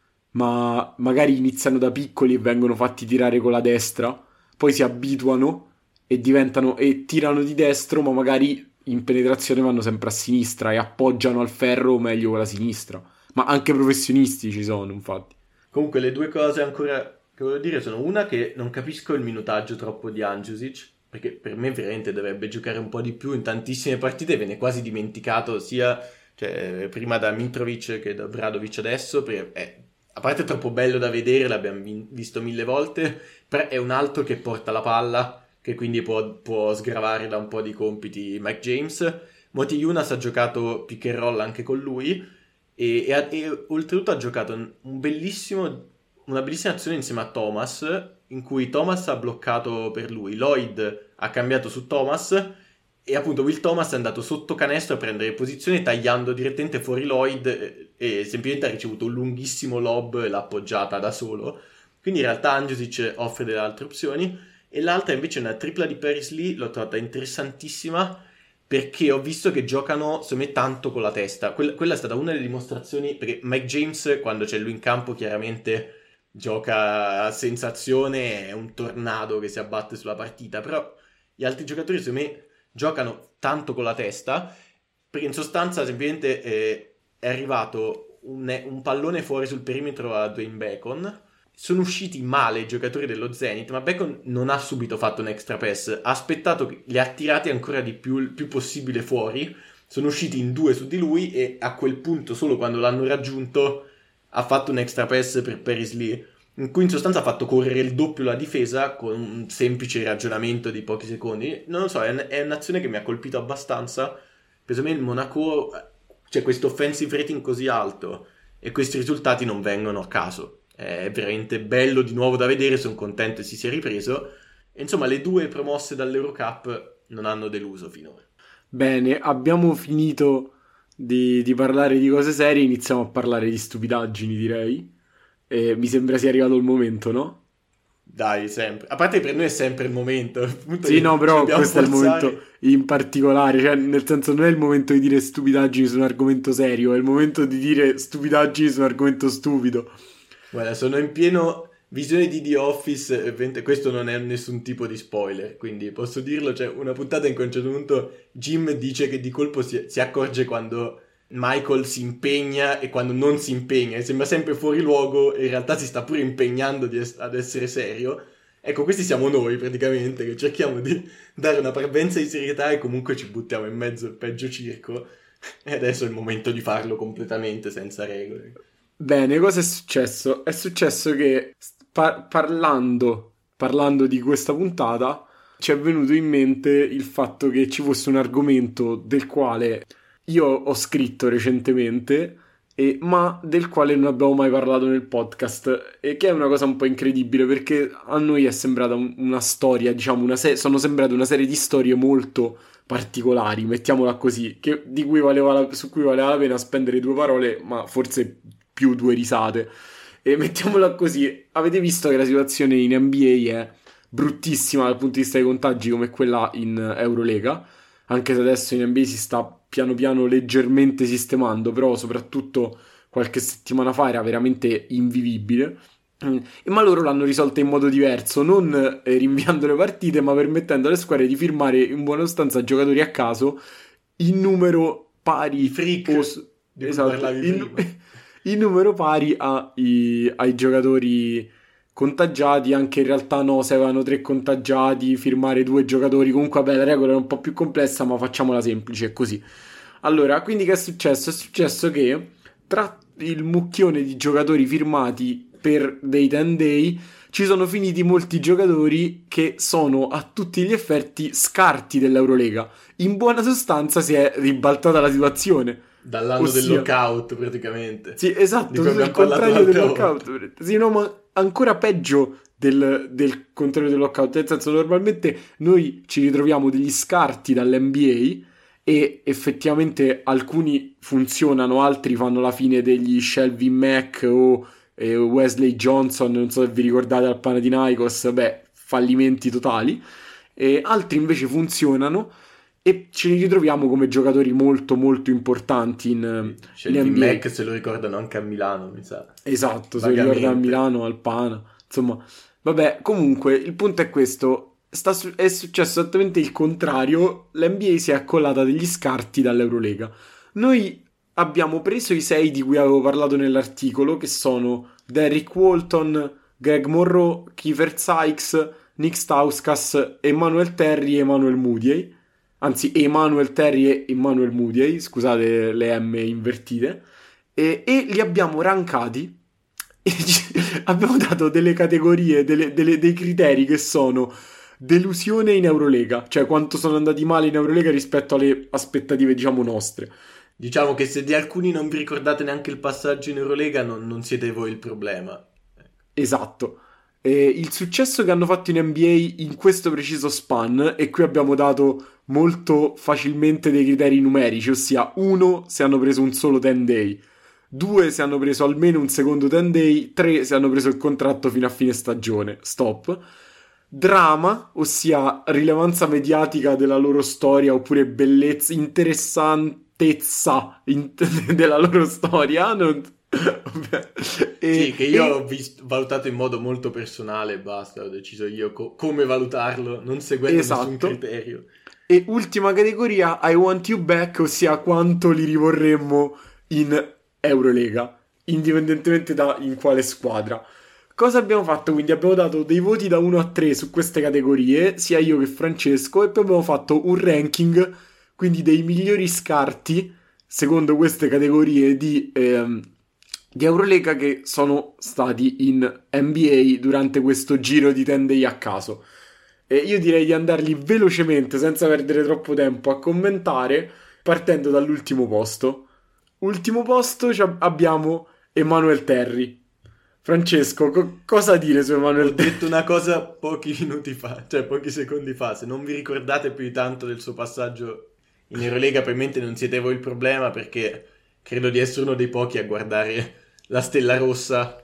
ma magari iniziano da piccoli e vengono fatti tirare con la destra, poi si abituano e diventano e tirano di destro, ma magari in penetrazione vanno sempre a sinistra e appoggiano al ferro meglio con la sinistra. Ma anche professionisti ci sono, infatti. Comunque le due cose ancora che voglio dire sono una che non capisco il minutaggio troppo di Andjusic, perché per me veramente dovrebbe giocare un po' di più in tantissime partite, ve ne è quasi dimenticato sia cioè, prima da Mitrovic che da Bradovic adesso, perché è, a parte è troppo bello da vedere, l'abbiamo vi- visto mille volte, però è un altro che porta la palla, che quindi può, può sgravare da un po' di compiti Mike James. Motiejunas ha giocato pick and roll anche con lui e, e, e oltretutto ha giocato un bellissimo, una bellissima azione insieme a Thomas, in cui Thomas ha bloccato per lui, Lloyd ha cambiato su Thomas e appunto Will Thomas è andato sotto canestro a prendere posizione tagliando direttamente fuori Lloyd e, e semplicemente ha ricevuto un lunghissimo lob e l'ha appoggiata da solo. Quindi in realtà Andjusic offre delle altre opzioni. E l'altra invece è una tripla di Paris Lee, l'ho trovata interessantissima perché ho visto che giocano secondo me tanto con la testa. Quella, quella è stata una delle dimostrazioni, perché Mike James quando c'è lui in campo chiaramente gioca a sensazione, è un tornado che si abbatte sulla partita, però gli altri giocatori secondo me giocano tanto con la testa, perché in sostanza semplicemente eh, è arrivato un, un pallone fuori sul perimetro a Dwayne Bacon, sono usciti male i giocatori dello Zenit, ma Bacon non ha subito fatto un extra pass, ha aspettato che li ha tirati ancora di più il più possibile fuori, sono usciti in due su di lui e a quel punto solo quando l'hanno raggiunto ha fatto un extra pass per Paris Lee, in cui in sostanza ha fatto correre il doppio la difesa con un semplice ragionamento di pochi secondi. Non lo so, è, un- è un'azione che mi ha colpito abbastanza. Per me il Monaco c'è questo offensive rating così alto e questi risultati non vengono a caso. È veramente bello di nuovo da vedere, sono contento che si sia ripreso. E insomma, le due promosse dall'Eurocup non hanno deluso finora. Bene, abbiamo finito di, di parlare di cose serie, iniziamo a parlare di stupidaggini, direi. E mi sembra sia arrivato il momento, no? Dai, sempre. A parte che per noi è sempre il momento. Appunto, Sì, no, ci però dobbiamo questo è il forzare. momento in particolare, cioè nel senso non è il momento di dire stupidaggini su un argomento serio, è il momento di dire stupidaggini su un argomento stupido. Guarda, sono in pieno visione di The Office, e ovviamente questo non è nessun tipo di spoiler, quindi posso dirlo, c'è una puntata in cui a un certo punto Jim dice che di colpo si, si accorge quando Michael si impegna e quando non si impegna, e sembra sempre fuori luogo e in realtà si sta pure impegnando di es- ad essere serio. Ecco, questi siamo noi praticamente, che cerchiamo di dare una parvenza di serietà e comunque ci buttiamo in mezzo al peggio circo, e adesso è il momento di farlo completamente senza regole. Bene, cosa è successo? È successo che par- parlando, parlando di questa puntata ci è venuto in mente il fatto che ci fosse un argomento del quale io ho scritto recentemente, e- ma del quale non abbiamo mai parlato nel podcast, e che è una cosa un po' incredibile perché a noi è sembrata un- una storia, diciamo, una se- sono sembrate una serie di storie molto particolari, mettiamola così, che- di cui valeva la- su cui valeva la pena spendere due parole, ma forse più due risate. E mettiamola così, avete visto che la situazione in N B A è bruttissima dal punto di vista dei contagi come quella in Eurolega, anche se adesso in N B A si sta piano piano leggermente sistemando, però soprattutto qualche settimana fa era veramente invivibile. Mm. E ma loro l'hanno risolta in modo diverso, non eh, rinviando le partite, ma permettendo alle squadre di firmare in buona sostanza giocatori a caso in numero pari I freak o s- di cui esatto, parlavi in, prima. in numero pari ai, ai giocatori contagiati, anche in realtà no, se avevano tre contagiati, firmare due giocatori, comunque vabbè la regola è un po' più complessa, ma facciamola semplice, è così. Allora, quindi che è successo? È successo che tra il mucchione di giocatori firmati per dei ten day ci sono finiti molti giocatori che sono a tutti gli effetti scarti dell'Eurolega. In buona sostanza si è ribaltata la situazione. Dall'anno del Ossia- lockout praticamente. Sì, esatto, Di cui tutto il abbiamo parlato contrario del l'altra lockout. Sì, no, ma ancora peggio del, del contrario del lockout. Nel senso, normalmente noi ci ritroviamo degli scarti dall'N B A e effettivamente alcuni funzionano, altri fanno la fine degli Shelvin Mack o eh, Wesley Johnson, non so se vi ricordate al Panathinaikos, beh, fallimenti totali. E altri invece funzionano e ce li ritroviamo come giocatori molto molto importanti in, C'è in il N B A. Mac, se lo ricordano anche a Milano, mi sa. Esatto, se Vagamente. ricorda a Milano, al Pana, insomma, vabbè, comunque il punto è questo. Sta su- è successo esattamente il contrario, l'N B A si è accollata degli scarti dall'Eurolega. Noi abbiamo preso i sei di cui avevo parlato nell'articolo, che sono Derrick Walton, Greg Monroe, Kiefer Sykes, Nick Stauskas, Emmanuel Terry e Emmanuel Mudiay. Anzi, Emmanuel Terry e Emmanuel Mudiay, scusate le M invertite. E, e li abbiamo rankati. E ci- abbiamo dato delle categorie, delle- delle- dei criteri che sono delusione in Eurolega, cioè quanto sono andati male in Eurolega rispetto alle aspettative, diciamo, nostre. Diciamo che se di alcuni non vi ricordate neanche il passaggio in Eurolega, non, non siete voi il problema. Esatto. eh, il successo che hanno fatto in N B A in questo preciso span, e qui abbiamo dato molto facilmente dei criteri numerici, ossia uno se hanno preso un solo ten day, due se hanno preso almeno un secondo ten day, tre se hanno preso il contratto fino a fine stagione, stop. Drama, ossia rilevanza mediatica della loro storia, oppure bellezza, interessantezza in- della loro storia. Non... e, Sì, che io e- ho visto, valutato in modo molto personale e basta, ho deciso io co- come valutarlo, non seguendo nessun esatto. criterio. E ultima categoria, I want you back, ossia quanto li rivorremmo in Eurolega, indipendentemente da in quale squadra. Cosa abbiamo fatto? Quindi abbiamo dato dei voti da uno a tre su queste categorie, sia io che Francesco, e poi abbiamo fatto un ranking, quindi dei migliori scarti, secondo queste categorie di, ehm, di Eurolega che sono stati in N B A durante questo giro di ten day a caso. E io direi di andarli velocemente, senza perdere troppo tempo, a commentare, partendo dall'ultimo posto. Ultimo posto ci ab- abbiamo Emmanuel Terry. Francesco, co- cosa dire su Ho Emmanuel Terry? detto una cosa pochi minuti fa, cioè pochi secondi fa, se non vi ricordate più di tanto del suo passaggio in Eurolega, probabilmente non siete voi il problema, perché credo di essere uno dei pochi a guardare la Stella Rossa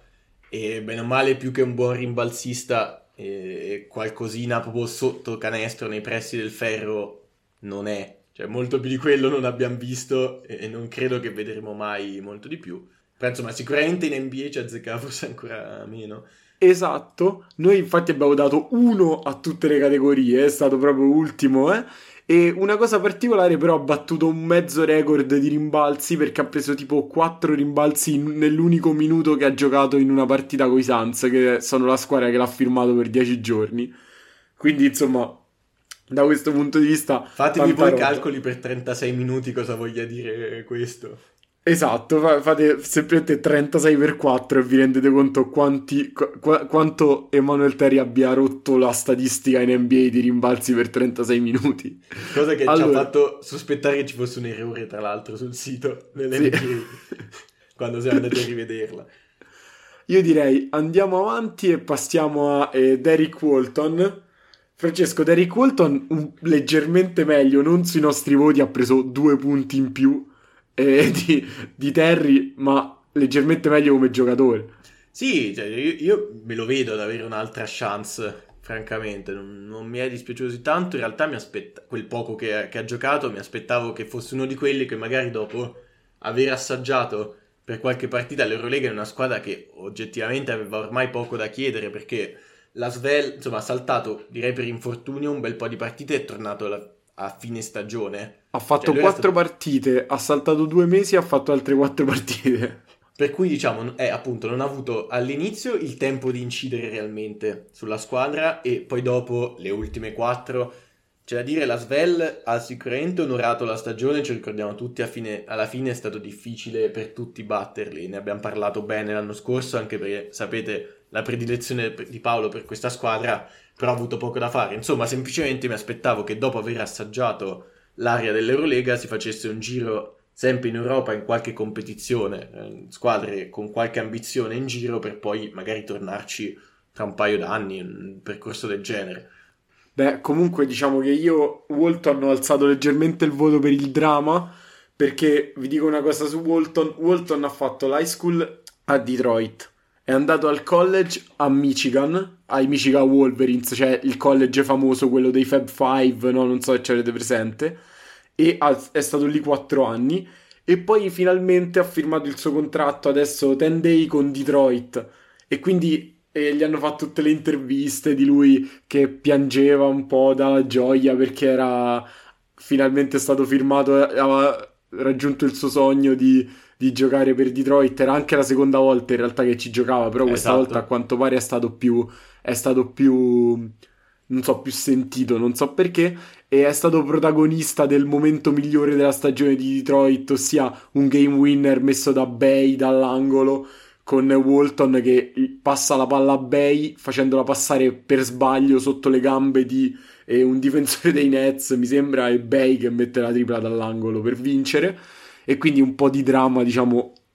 e bene o male più che un buon rimbalzista e qualcosina proprio sotto canestro nei pressi del ferro non è, cioè molto più di quello non abbiamo visto e non credo che vedremo mai molto di più. Però insomma sicuramente in N B A ci azzeccava forse ancora meno. Esatto, noi infatti abbiamo dato uno a tutte le categorie, è stato proprio ultimo, eh? E una cosa particolare però ha battuto un mezzo record di rimbalzi perché ha preso tipo quattro rimbalzi in- nell'unico minuto che ha giocato in una partita coi Suns, che sono la squadra che l'ha firmato per dieci giorni. Quindi insomma, da questo punto di vista, Fatevi tanta voi roba. calcoli per trentasei minuti cosa voglia dire questo. Esatto, fa- fate semplicemente trentasei per quattro e vi rendete conto quanti, qu- qu- quanto Emmanuel Terry abbia rotto la statistica in N B A di rimbalzi per trentasei minuti. Cosa che ci ha Allora, fatto sospettare che ci fosse un errore, tra l'altro, sul sito sì. dell'N B A quando siamo andati a rivederla. Io direi andiamo avanti e passiamo a eh, Derrick Walton. Francesco, Derrick Walton un- leggermente meglio, non sui nostri voti, ha preso due punti in più eh, di, di Terry, ma leggermente meglio come giocatore. Sì, cioè, io, io me lo vedo ad avere un'altra chance, francamente, non, non mi è dispiaciuto così tanto, in realtà mi aspetta quel poco che, che ha giocato, mi aspettavo che fosse uno di quelli che magari dopo aver assaggiato per qualche partita all'Eurolega in una squadra che oggettivamente aveva ormai poco da chiedere, perché la Svel, insomma, ha saltato, direi per infortunio, un bel po' di partite e è tornato alla- a fine stagione. Ha Cioè, fatto lui era quattro stato... partite, ha saltato due mesi e ha fatto altre quattro partite. Per cui diciamo, è appunto, non ha avuto all'inizio il tempo di incidere realmente sulla squadra e poi dopo le ultime quattro, c'è da dire, la Svel ha sicuramente onorato la stagione, ci ricordiamo tutti, a fine- alla fine è stato difficile per tutti batterli, ne abbiamo parlato bene l'anno scorso, anche perché sapete la predilezione di Paolo per questa squadra, però ha avuto poco da fare. Insomma, semplicemente mi aspettavo che dopo aver assaggiato l'area dell'Eurolega si facesse un giro sempre in Europa in qualche competizione, eh, squadre con qualche ambizione in giro per poi magari tornarci tra un paio d'anni, un percorso del genere. Beh, comunque diciamo che io Walton ho alzato leggermente il voto per il dramma, perché vi dico una cosa su Walton. Walton ha fatto l'high school a Detroit, è andato al college a Michigan, ai Michigan Wolverines, cioè il college famoso, quello dei Fab Five, no? Non so se ci avete presente, e ha- è stato lì quattro anni, e poi finalmente ha firmato il suo contratto adesso ten day con Detroit, e quindi eh, gli hanno fatto tutte le interviste di lui che piangeva un po' dalla gioia perché era finalmente stato firmato, e aveva raggiunto il suo sogno di, di giocare per Detroit. Era anche la seconda volta in realtà che ci giocava, però questa volta a Esatto. quanto pare è stato più, è stato più, non so, più sentito, non so perché, e è stato protagonista del momento migliore della stagione di Detroit, ossia un game winner messo da Bay dall'angolo con Walton che passa la palla a Bay facendola passare per sbaglio sotto le gambe di eh, un difensore dei Nets, mi sembra, e Bay che mette la tripla dall'angolo per vincere, e quindi un po' di dramma, diciamo,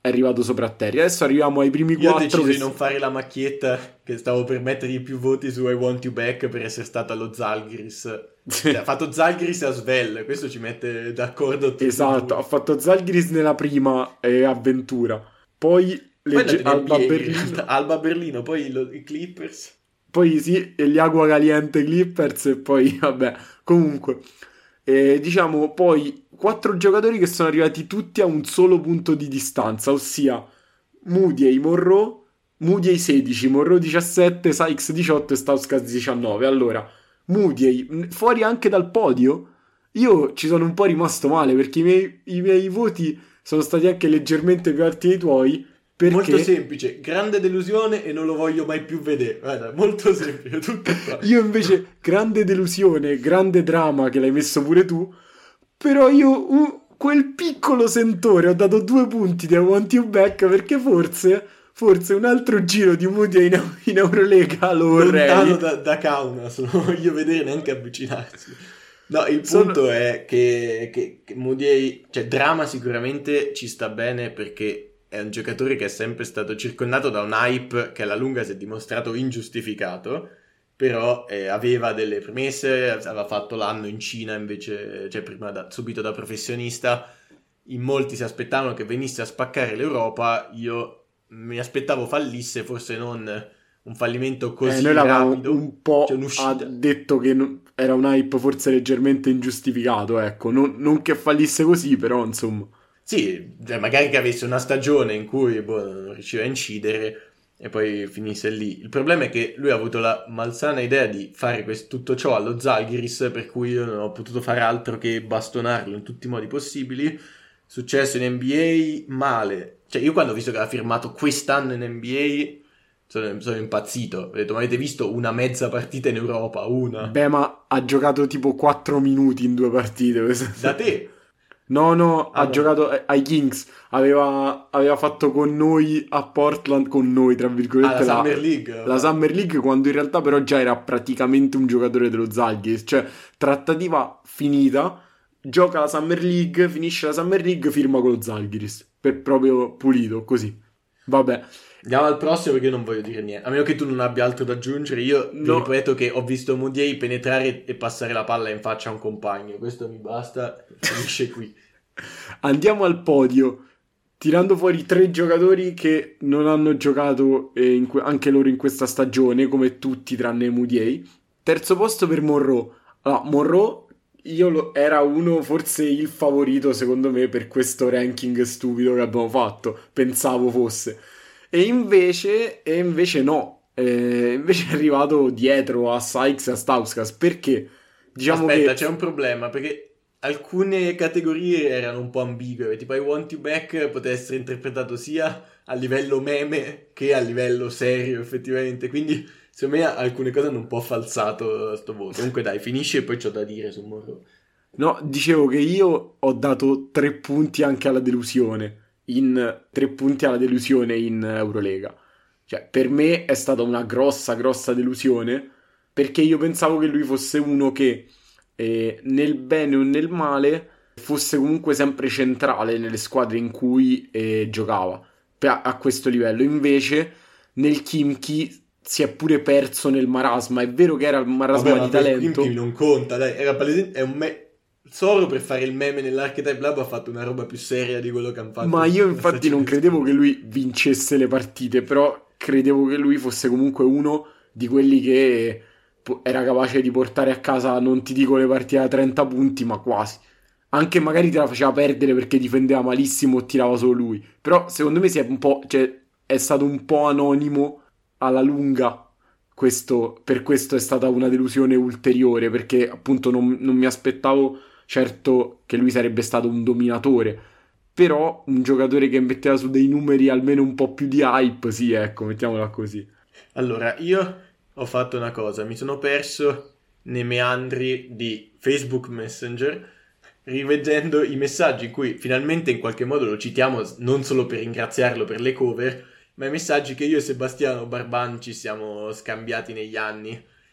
è arrivato sopra a Terry. Adesso arriviamo ai primi Io ho quattro. deciso Che... di non fare la macchietta, che stavo per mettergli più voti su I Want You Back per essere stato allo Zalgiris. Cioè, ha fatto Zalgiris a Svel, questo ci mette d'accordo tutti. Esatto, ha fatto Zalgiris nella prima e avventura. Poi, legge... poi Alba N B A, Berlino. Alba Berlino, poi lo... i Clippers. Poi sì, e gli Agua Caliente Clippers e poi vabbè, comunque. Eh, diciamo poi quattro giocatori che sono arrivati tutti a un solo punto di distanza, ossia Moody, Monroe, Moody sedici, Monroe diciassette, Sykes diciotto e Stauskas diciannove. Allora, Moody fuori anche dal podio. Io ci sono un po' rimasto male perché i miei, i miei voti sono stati anche leggermente più alti dei tuoi. Perché... Molto semplice, grande delusione e non lo voglio mai più vedere. Guarda, molto semplice, tutto qua. Io invece, grande delusione, grande dramma che l'hai messo pure tu. Però io, uh, quel piccolo sentore, ho dato due punti di I Want You Back perché forse, forse un altro giro di Moody in, in Eurolega lo vorrei. Lontano da, da Kaunas, non lo voglio vedere neanche avvicinarsi. No, il punto Sono... è che, che, che Moody, cioè drama sicuramente ci sta bene perché è un giocatore che è sempre stato circondato da un hype che alla lunga si è dimostrato ingiustificato, però eh, aveva delle premesse, aveva fatto l'anno in Cina invece, cioè prima da, subito da professionista, in molti si aspettavano che venisse a spaccare l'Europa, io mi aspettavo fallisse, forse non un fallimento così eh, noi l'avevamo rapido, un po' cioè ha detto che non, era un hype forse leggermente ingiustificato, ecco, non, non che fallisse così, però insomma. Sì, cioè magari che avesse una stagione in cui boh, non riusciva a incidere e poi finisse lì. Il problema è che lui ha avuto la malsana idea di fare questo, tutto ciò allo Zalgiris, per cui io non ho potuto fare altro che bastonarlo in tutti i modi possibili. Successo in N B A, male. Cioè io quando ho visto che aveva firmato quest'anno in N B A sono, sono impazzito. Ho detto, ma avete visto una mezza partita in Europa? Una? Beh, ma ha giocato tipo quattro minuti in due partite. Da te? No, no, Ah, ha no. giocato ai Kings, aveva, aveva fatto con noi a Portland, con noi tra virgolette, Ah, la Summer League. la Summer League, quando in realtà però già era praticamente un giocatore dello Zalgiris, cioè trattativa finita, gioca la Summer League, finisce la Summer League, firma con lo Zalgiris, per proprio pulito, così. Vabbè. Andiamo al prossimo perché io non voglio dire niente. A meno che tu non abbia altro da aggiungere, io vi No. ripeto che ho visto Moody penetrare e passare la palla in faccia a un compagno. Questo mi basta, finisce qui. Andiamo al podio, tirando fuori tre giocatori che non hanno giocato eh, in que- anche loro in questa stagione, come tutti tranne Moody. Terzo posto per Monroe. Allora, Monroe io lo- era uno, forse il favorito secondo me per questo ranking stupido che abbiamo fatto, pensavo fosse. E invece, e invece no, eh, invece è arrivato dietro a Sykes e a Stauskas, perché diciamo Aspetta, che... c'è un problema, perché alcune categorie erano un po' ambigue, tipo I Want You Back poteva essere interpretato sia a livello meme che a livello serio effettivamente, quindi secondo me alcune cose hanno un po' falsato sto voto. Comunque dai, finisci e poi c'ho da dire su Monroe. No, dicevo che io ho dato tre punti anche alla delusione, in tre punti alla delusione in Eurolega. Cioè, per me è stata una grossa, grossa delusione, perché io pensavo che lui fosse uno che, eh, nel bene o nel male, fosse comunque sempre centrale nelle squadre in cui eh, giocava, a, a questo livello. Invece, nel Khimki si è pure perso nel marasma. È vero che era il marasma Vabbè, di ma per talento. Kimchi non conta, dai, era palese- è un me- solo per fare il meme nell'Archetype Lab ha fatto una roba più seria di quello che hanno fatto. Ma io nella infatti stagione non credevo scorsa. che lui vincesse le partite, però credevo che lui fosse comunque uno di quelli che po- era capace di portare a casa, non ti dico le partite da trenta punti, ma quasi. Anche magari te la faceva perdere perché difendeva malissimo o tirava solo lui. Però secondo me si è un po', cioè, è stato un po' anonimo alla lunga. Questo, per questo è stata una delusione ulteriore, perché appunto non, non mi aspettavo certo che lui sarebbe stato un dominatore, però un giocatore che metteva su dei numeri almeno un po' più di hype, sì, ecco, mettiamola così. Allora, io ho fatto una cosa, mi sono perso nei meandri di Facebook Messenger, rivedendo i messaggi in cui finalmente in qualche modo lo citiamo non solo per ringraziarlo per le cover, ma i messaggi che io e Sebastiano Barban ci siamo scambiati negli anni.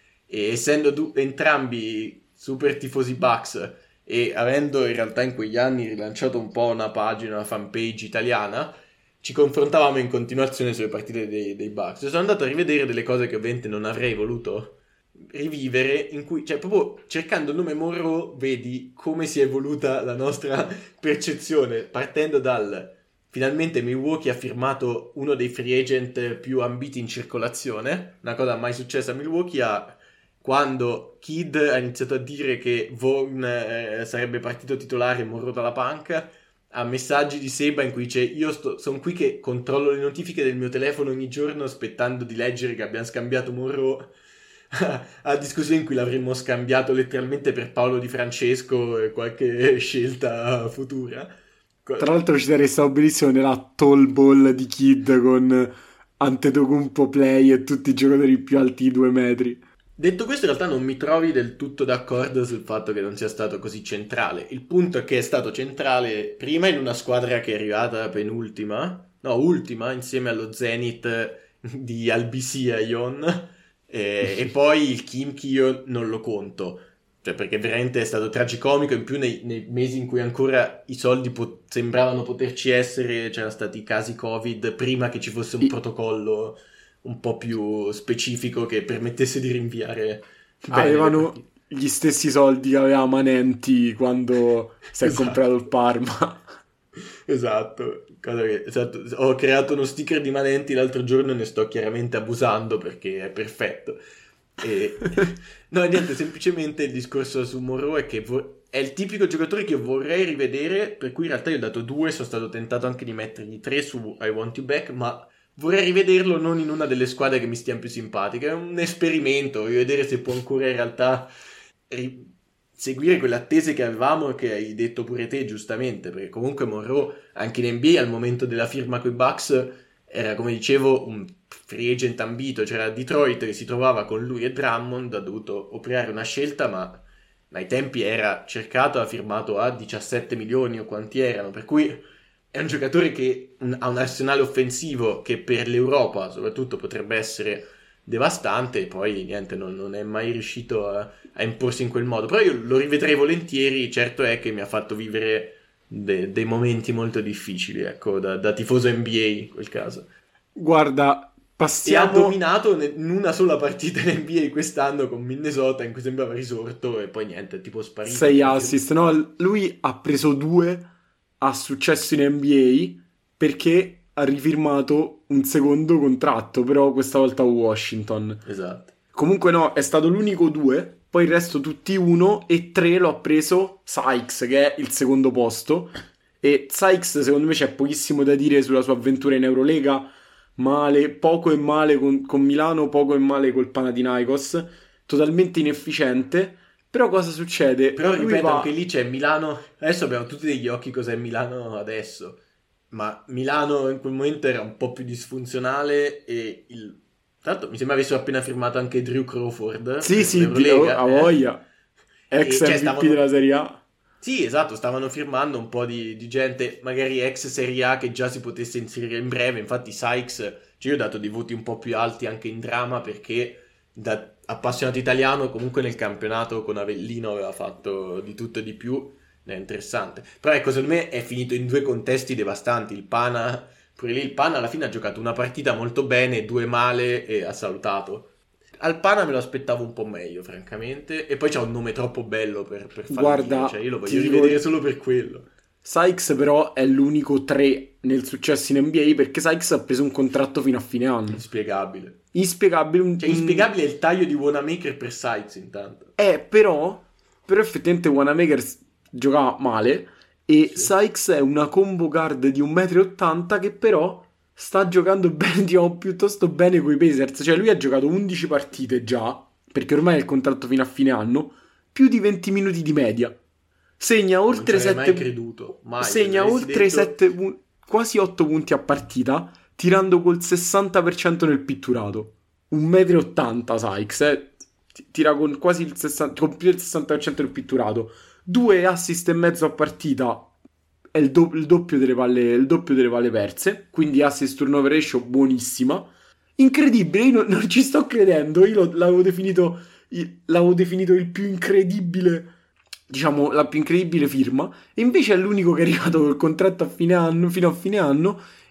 E essendo du- entrambi super tifosi Bucks e avendo in realtà in quegli anni rilanciato un po' una pagina, una fanpage italiana, ci confrontavamo in continuazione sulle partite dei, dei Bucks. Sono andato a rivedere delle cose che ovviamente non avrei voluto rivivere, in cui, cioè, proprio cercando il nome Monroe, vedi come si è evoluta la nostra percezione, partendo dal finalmente Milwaukee ha firmato uno dei free agent più ambiti in circolazione, una cosa mai successa a Milwaukee, a quando Kidd ha iniziato a dire che Vaughn eh, sarebbe partito titolare Monroe dalla panca, a messaggi di Seba in cui dice io sto, sono qui che controllo le notifiche del mio telefono ogni giorno aspettando di leggere che abbiamo scambiato Monroe, a discussione in cui l'avremmo scambiato letteralmente per Paolo Di Francesco e qualche scelta futura. Tra l'altro ci sarei stato benissimo nella tall ball di Kidd con Antetokounmpo, Play e tutti i giocatori più alti di due metri. Detto questo, in realtà non mi trovi del tutto d'accordo sul fatto che non sia stato così centrale. Il punto è che è stato centrale prima in una squadra che è arrivata penultima, no, ultima, insieme allo Zenit di Albisiayon, e, e poi il Khimki io non lo conto. Cioè, perché veramente è stato tragicomico, in più nei, nei mesi in cui ancora i soldi po- sembravano poterci essere, c'erano stati casi Covid, prima che ci fosse un I... protocollo un po' più specifico che permettesse di rinviare. Avevano gli stessi soldi che aveva Manenti quando si è esatto. comprato il Parma. Esatto. Cosa che, esatto. Ho creato uno sticker di Manenti l'altro giorno e ne sto chiaramente abusando perché è perfetto. E... no, niente, semplicemente il discorso su Monroe è che vo- è il tipico giocatore che vorrei rivedere, per cui in realtà io ho dato due, sono stato tentato anche di mettergli tre su I Want You Back, ma vorrei rivederlo non in una delle squadre che mi stiano più simpatiche, è un esperimento, voglio vedere se può ancora in realtà ri- seguire quelle attese che avevamo e che hai detto pure te giustamente, perché comunque Monroe anche in N B A al momento della firma coi Bucks era, come dicevo, un free agent ambito. C'era Detroit che si trovava con lui e Drummond, ha dovuto operare una scelta, ma ai tempi era cercato, ha firmato a diciassette milioni o quanti erano, per cui è un giocatore che ha un arsenale offensivo che per l'Europa soprattutto potrebbe essere devastante, e poi niente, non, non è mai riuscito a, a imporsi in quel modo, però io lo rivedrei volentieri. Certo è che mi ha fatto vivere De, dei momenti molto difficili, ecco, da, da tifoso N B A in quel caso. Guarda, passiamo... E ha dominato in una sola partita in N B A quest'anno con Minnesota, in cui sembrava risorto e poi niente, tipo sparito. sei assist, no? Lui ha preso due, ha successo in N B A perché ha rifirmato un secondo contratto, però questa volta a Washington. Esatto. Comunque no, è stato l'unico due, poi il resto tutti uno, e tre lo ha preso Sykes, che è il secondo posto. E Sykes secondo me c'è pochissimo da dire sulla sua avventura in Eurolega, male, poco e male con, con Milano, poco e male col Panathinaikos, totalmente inefficiente. Però cosa succede? Però Lui ripeto, va... anche lì c'è Milano, adesso abbiamo tutti degli occhi cos'è Milano adesso, ma Milano in quel momento era un po' più disfunzionale e il... Tra l'altro mi sembra avessero appena firmato anche Drew Crawford. Sì, sì, Lega, a voglia. Eh? Ex M V P cioè, stavano... della Serie A. Sì, esatto, stavano firmando un po' di, di gente, magari ex Serie A, che già si potesse inserire in breve. Infatti Sykes, cioè io ho dato dei voti un po' più alti anche in drama, perché da appassionato italiano comunque nel campionato con Avellino aveva fatto di tutto e di più. È interessante. Però ecco, secondo me è finito in due contesti devastanti. Il Pana... Pure lì il Pana alla fine ha giocato una partita molto bene, due male e ha salutato. Al Pana me lo aspettavo un po' meglio, francamente. E poi c'ha un nome troppo bello per, per farlo. Guarda, dire. Cioè io lo voglio rivedere ricordo... solo per quello. Sykes però è l'unico tre nel successo in N B A, perché Sykes ha preso un contratto fino a fine anno. Inspiegabile. Inspiegabile. Un... Cioè inspiegabile è il taglio di Wanamaker per Sykes intanto. Eh, però, però effettivamente Wanamaker giocava male. E sì. Sykes è una combo guard di un metro e ottanta che però sta giocando bene, diciamo, piuttosto bene coi Pacers. Cioè lui ha giocato undici partite già, perché ormai è il contratto fino a fine anno, più di venti minuti di media. Segna oltre sette mai creduto, mai. Segna oltre sette, quasi otto punti a partita, tirando col sessanta per cento nel pitturato. Un metro e ottanta Sykes, eh. Tira con quasi il sessanta, con più del sessanta per cento nel pitturato. Due assist e mezzo a partita, è il, do- il doppio delle palle, il doppio delle palle perse, quindi assist turnover ratio buonissima, incredibile. Io non, non ci sto credendo. Io lo, l'avevo definito l'avevo definito il più incredibile, diciamo la più incredibile firma, e invece è l'unico che è arrivato col contratto a fine anno, fino a fine anno,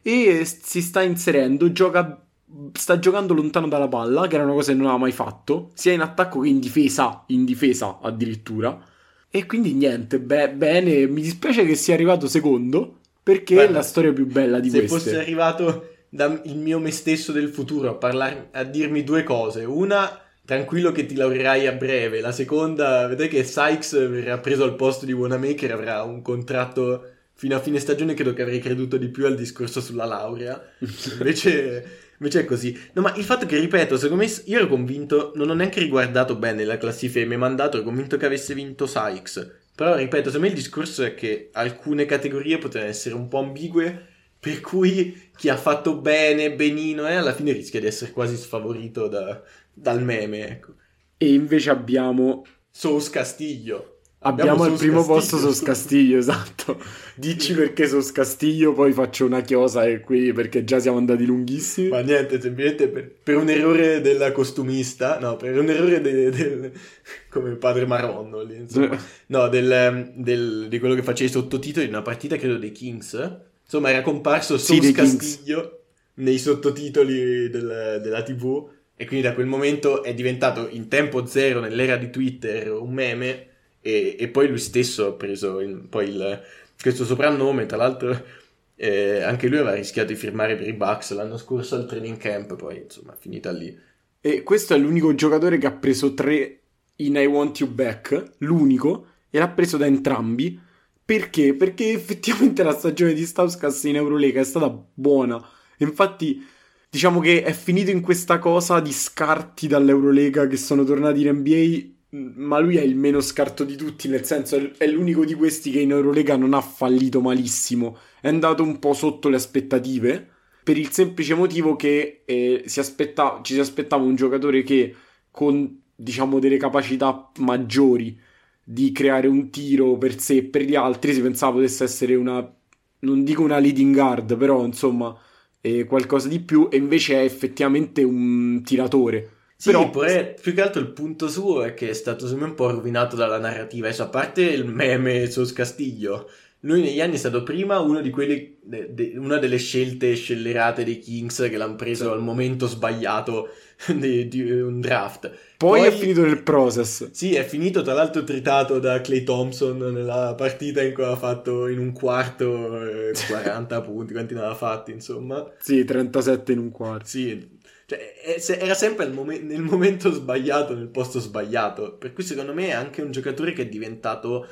e si sta inserendo, gioca, sta giocando lontano dalla palla, che era una cosa che non aveva mai fatto, sia in attacco che in difesa, in difesa addirittura. E quindi niente, be- bene, mi dispiace che sia arrivato secondo, perché Guarda, è la storia più bella di se queste. Se fosse arrivato dal mio me stesso del futuro a, parlar- a dirmi due cose, una, tranquillo che ti laureerai a breve, la seconda, vedrai che Sykes verrà preso al posto di Wanamaker, avrà un contratto fino a fine stagione, credo che avrei creduto di più al discorso sulla laurea, invece... Invece è così. No, ma il fatto che, ripeto, secondo me io ero convinto, non ho neanche riguardato bene la classifica che mi hai mandato, ero convinto che avesse vinto Sykes. Però, ripeto, secondo me il discorso è che alcune categorie potevano essere un po' ambigue, per cui chi ha fatto bene, benino, eh, alla fine rischia di essere quasi sfavorito da, dal meme, ecco. E invece abbiamo... Sos Castiglio. Abbiamo al primo posto Sos Castiglio, esatto. Dici perché Sos Castiglio, poi faccio una chiosa e qui perché già siamo andati lunghissimi. Ma niente, semplicemente per, per un errore della costumista, no, per un errore del... De, come padre Marronno lì, insomma. No, del, del, di quello che faceva i sottotitoli di una partita, credo, dei Kings. Insomma, era comparso Sos sì, Castiglio Kings nei sottotitoli del, della tivù, e quindi da quel momento è diventato in tempo zero, nell'era di Twitter, un meme. E, e poi lui stesso ha preso il, poi il, questo soprannome, tra l'altro eh, anche lui aveva rischiato di firmare per i Bucks l'anno scorso al training camp, poi insomma è finita lì. E questo è l'unico giocatore che ha preso tre in I Want You Back, l'unico, e l'ha preso da entrambi. Perché? Perché effettivamente la stagione di Stauskas in Eurolega è stata buona. Infatti diciamo che è finito in questa cosa di scarti dall'Eurolega che sono tornati in N B A, ma lui è il meno scarto di tutti, nel senso è l'unico di questi che in Eurolega non ha fallito malissimo, è andato un po' sotto le aspettative, per il semplice motivo che eh, si aspetta, ci si aspettava un giocatore che con, diciamo, delle capacità maggiori di creare un tiro per sé e per gli altri, si pensava potesse essere una, non dico una leading guard, però insomma eh, qualcosa di più, e invece è effettivamente un tiratore. Sì, però poi, più che altro il punto suo è che è stato secondo me un po' rovinato dalla narrativa. Adesso, a parte il meme Sos Castiglio, lui negli anni è stato prima uno di quelli de, de, una delle scelte scellerate dei Kings che l'hanno preso sì. al momento sbagliato di, di un draft. Poi, Poi è finito nel process. Sì, è finito tra l'altro tritato da Klay Thompson nella partita in cui aveva fatto in un quarto eh, quaranta punti, quanti ne aveva fatti, insomma. Sì, trentasette in un quarto. Sì. Cioè, era sempre al mom- nel momento sbagliato, nel posto sbagliato, per cui secondo me è anche un giocatore che è diventato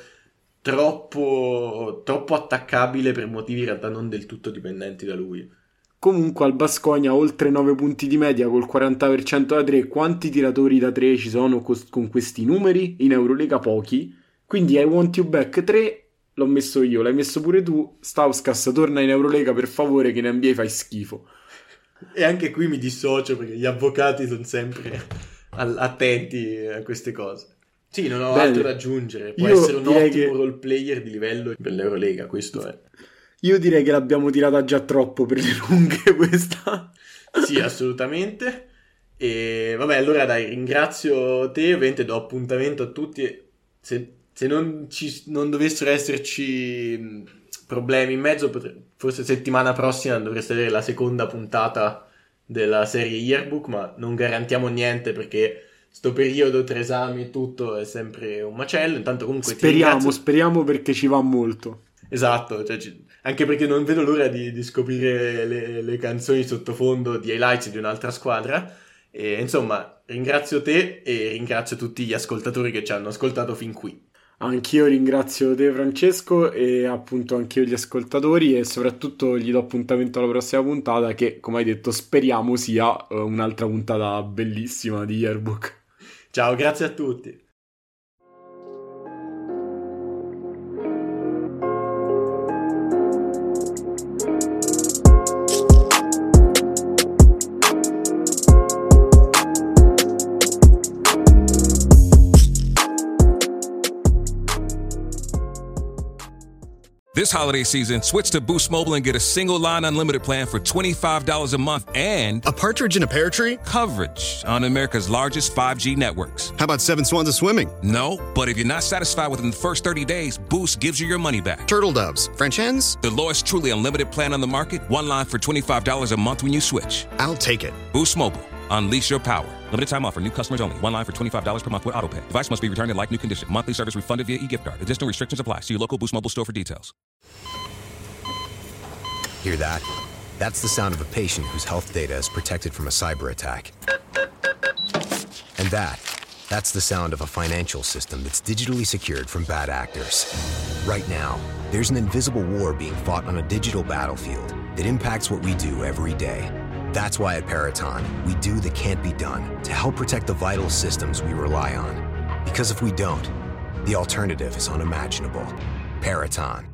troppo, troppo attaccabile per motivi in realtà non del tutto dipendenti da lui. Comunque al Baskonia oltre nove punti di media col quaranta per cento da tre. Quanti tiratori da tre ci sono cos- con questi numeri? In Eurolega pochi, quindi I Want You Back tre l'ho messo io, l'hai messo pure tu. Stauskas, torna in Eurolega per favore, che in N B A fai schifo. E anche qui mi dissocio perché gli avvocati sono sempre attenti a queste cose. Sì, non ho Bene. altro da aggiungere. Può Io essere un ottimo che... role player di livello per l'Eurolega, questo è. Io direi che l'abbiamo tirata già troppo per le lunghe questa. Sì, assolutamente. E vabbè, allora dai, ringrazio te, ovviamente do appuntamento a tutti. Se, se non, ci, non dovessero esserci problemi in mezzo, potre... forse settimana prossima dovreste avere la seconda puntata della serie Yearbook, ma non garantiamo niente perché sto periodo tra esami e tutto è sempre un macello. Intanto comunque speriamo, ti ringrazio... speriamo perché ci va molto. Esatto, cioè, anche perché non vedo l'ora di, di scoprire le, le canzoni sottofondo di highlights di un'altra squadra. E insomma, ringrazio te e ringrazio tutti gli ascoltatori che ci hanno ascoltato fin qui. Anch'io ringrazio te, Francesco, e appunto anch'io gli ascoltatori, e soprattutto gli do appuntamento alla prossima puntata che, come hai detto, speriamo sia uh, un'altra puntata bellissima di Yearbook. Ciao, grazie a tutti. This holiday season, switch to Boost Mobile and get a single line unlimited plan for twenty-five dollars a month and a partridge in a pear tree? Coverage on America's largest five G networks. How about seven swans of swimming? No, but if you're not satisfied within the first thirty days, Boost gives you your money back. Turtle doves, French hens? The lowest truly unlimited plan on the market, one line for twenty-five dollars a month when you switch. I'll take it. Boost Mobile. Unleash your power. Limited time offer. New customers only. One line for twenty-five dollars per month with autopay. Device must be returned in like new condition. Monthly service refunded via e-gift card. Additional restrictions apply. See your local Boost Mobile store for details. Hear that? That's the sound of a patient whose health data is protected from a cyber attack. And that, that's the sound of a financial system that's digitally secured from bad actors. Right now, there's an invisible war being fought on a digital battlefield that impacts what we do every day. That's why at Peraton, we do the can't be done to help protect the vital systems we rely on. Because if we don't, the alternative is unimaginable. Peraton.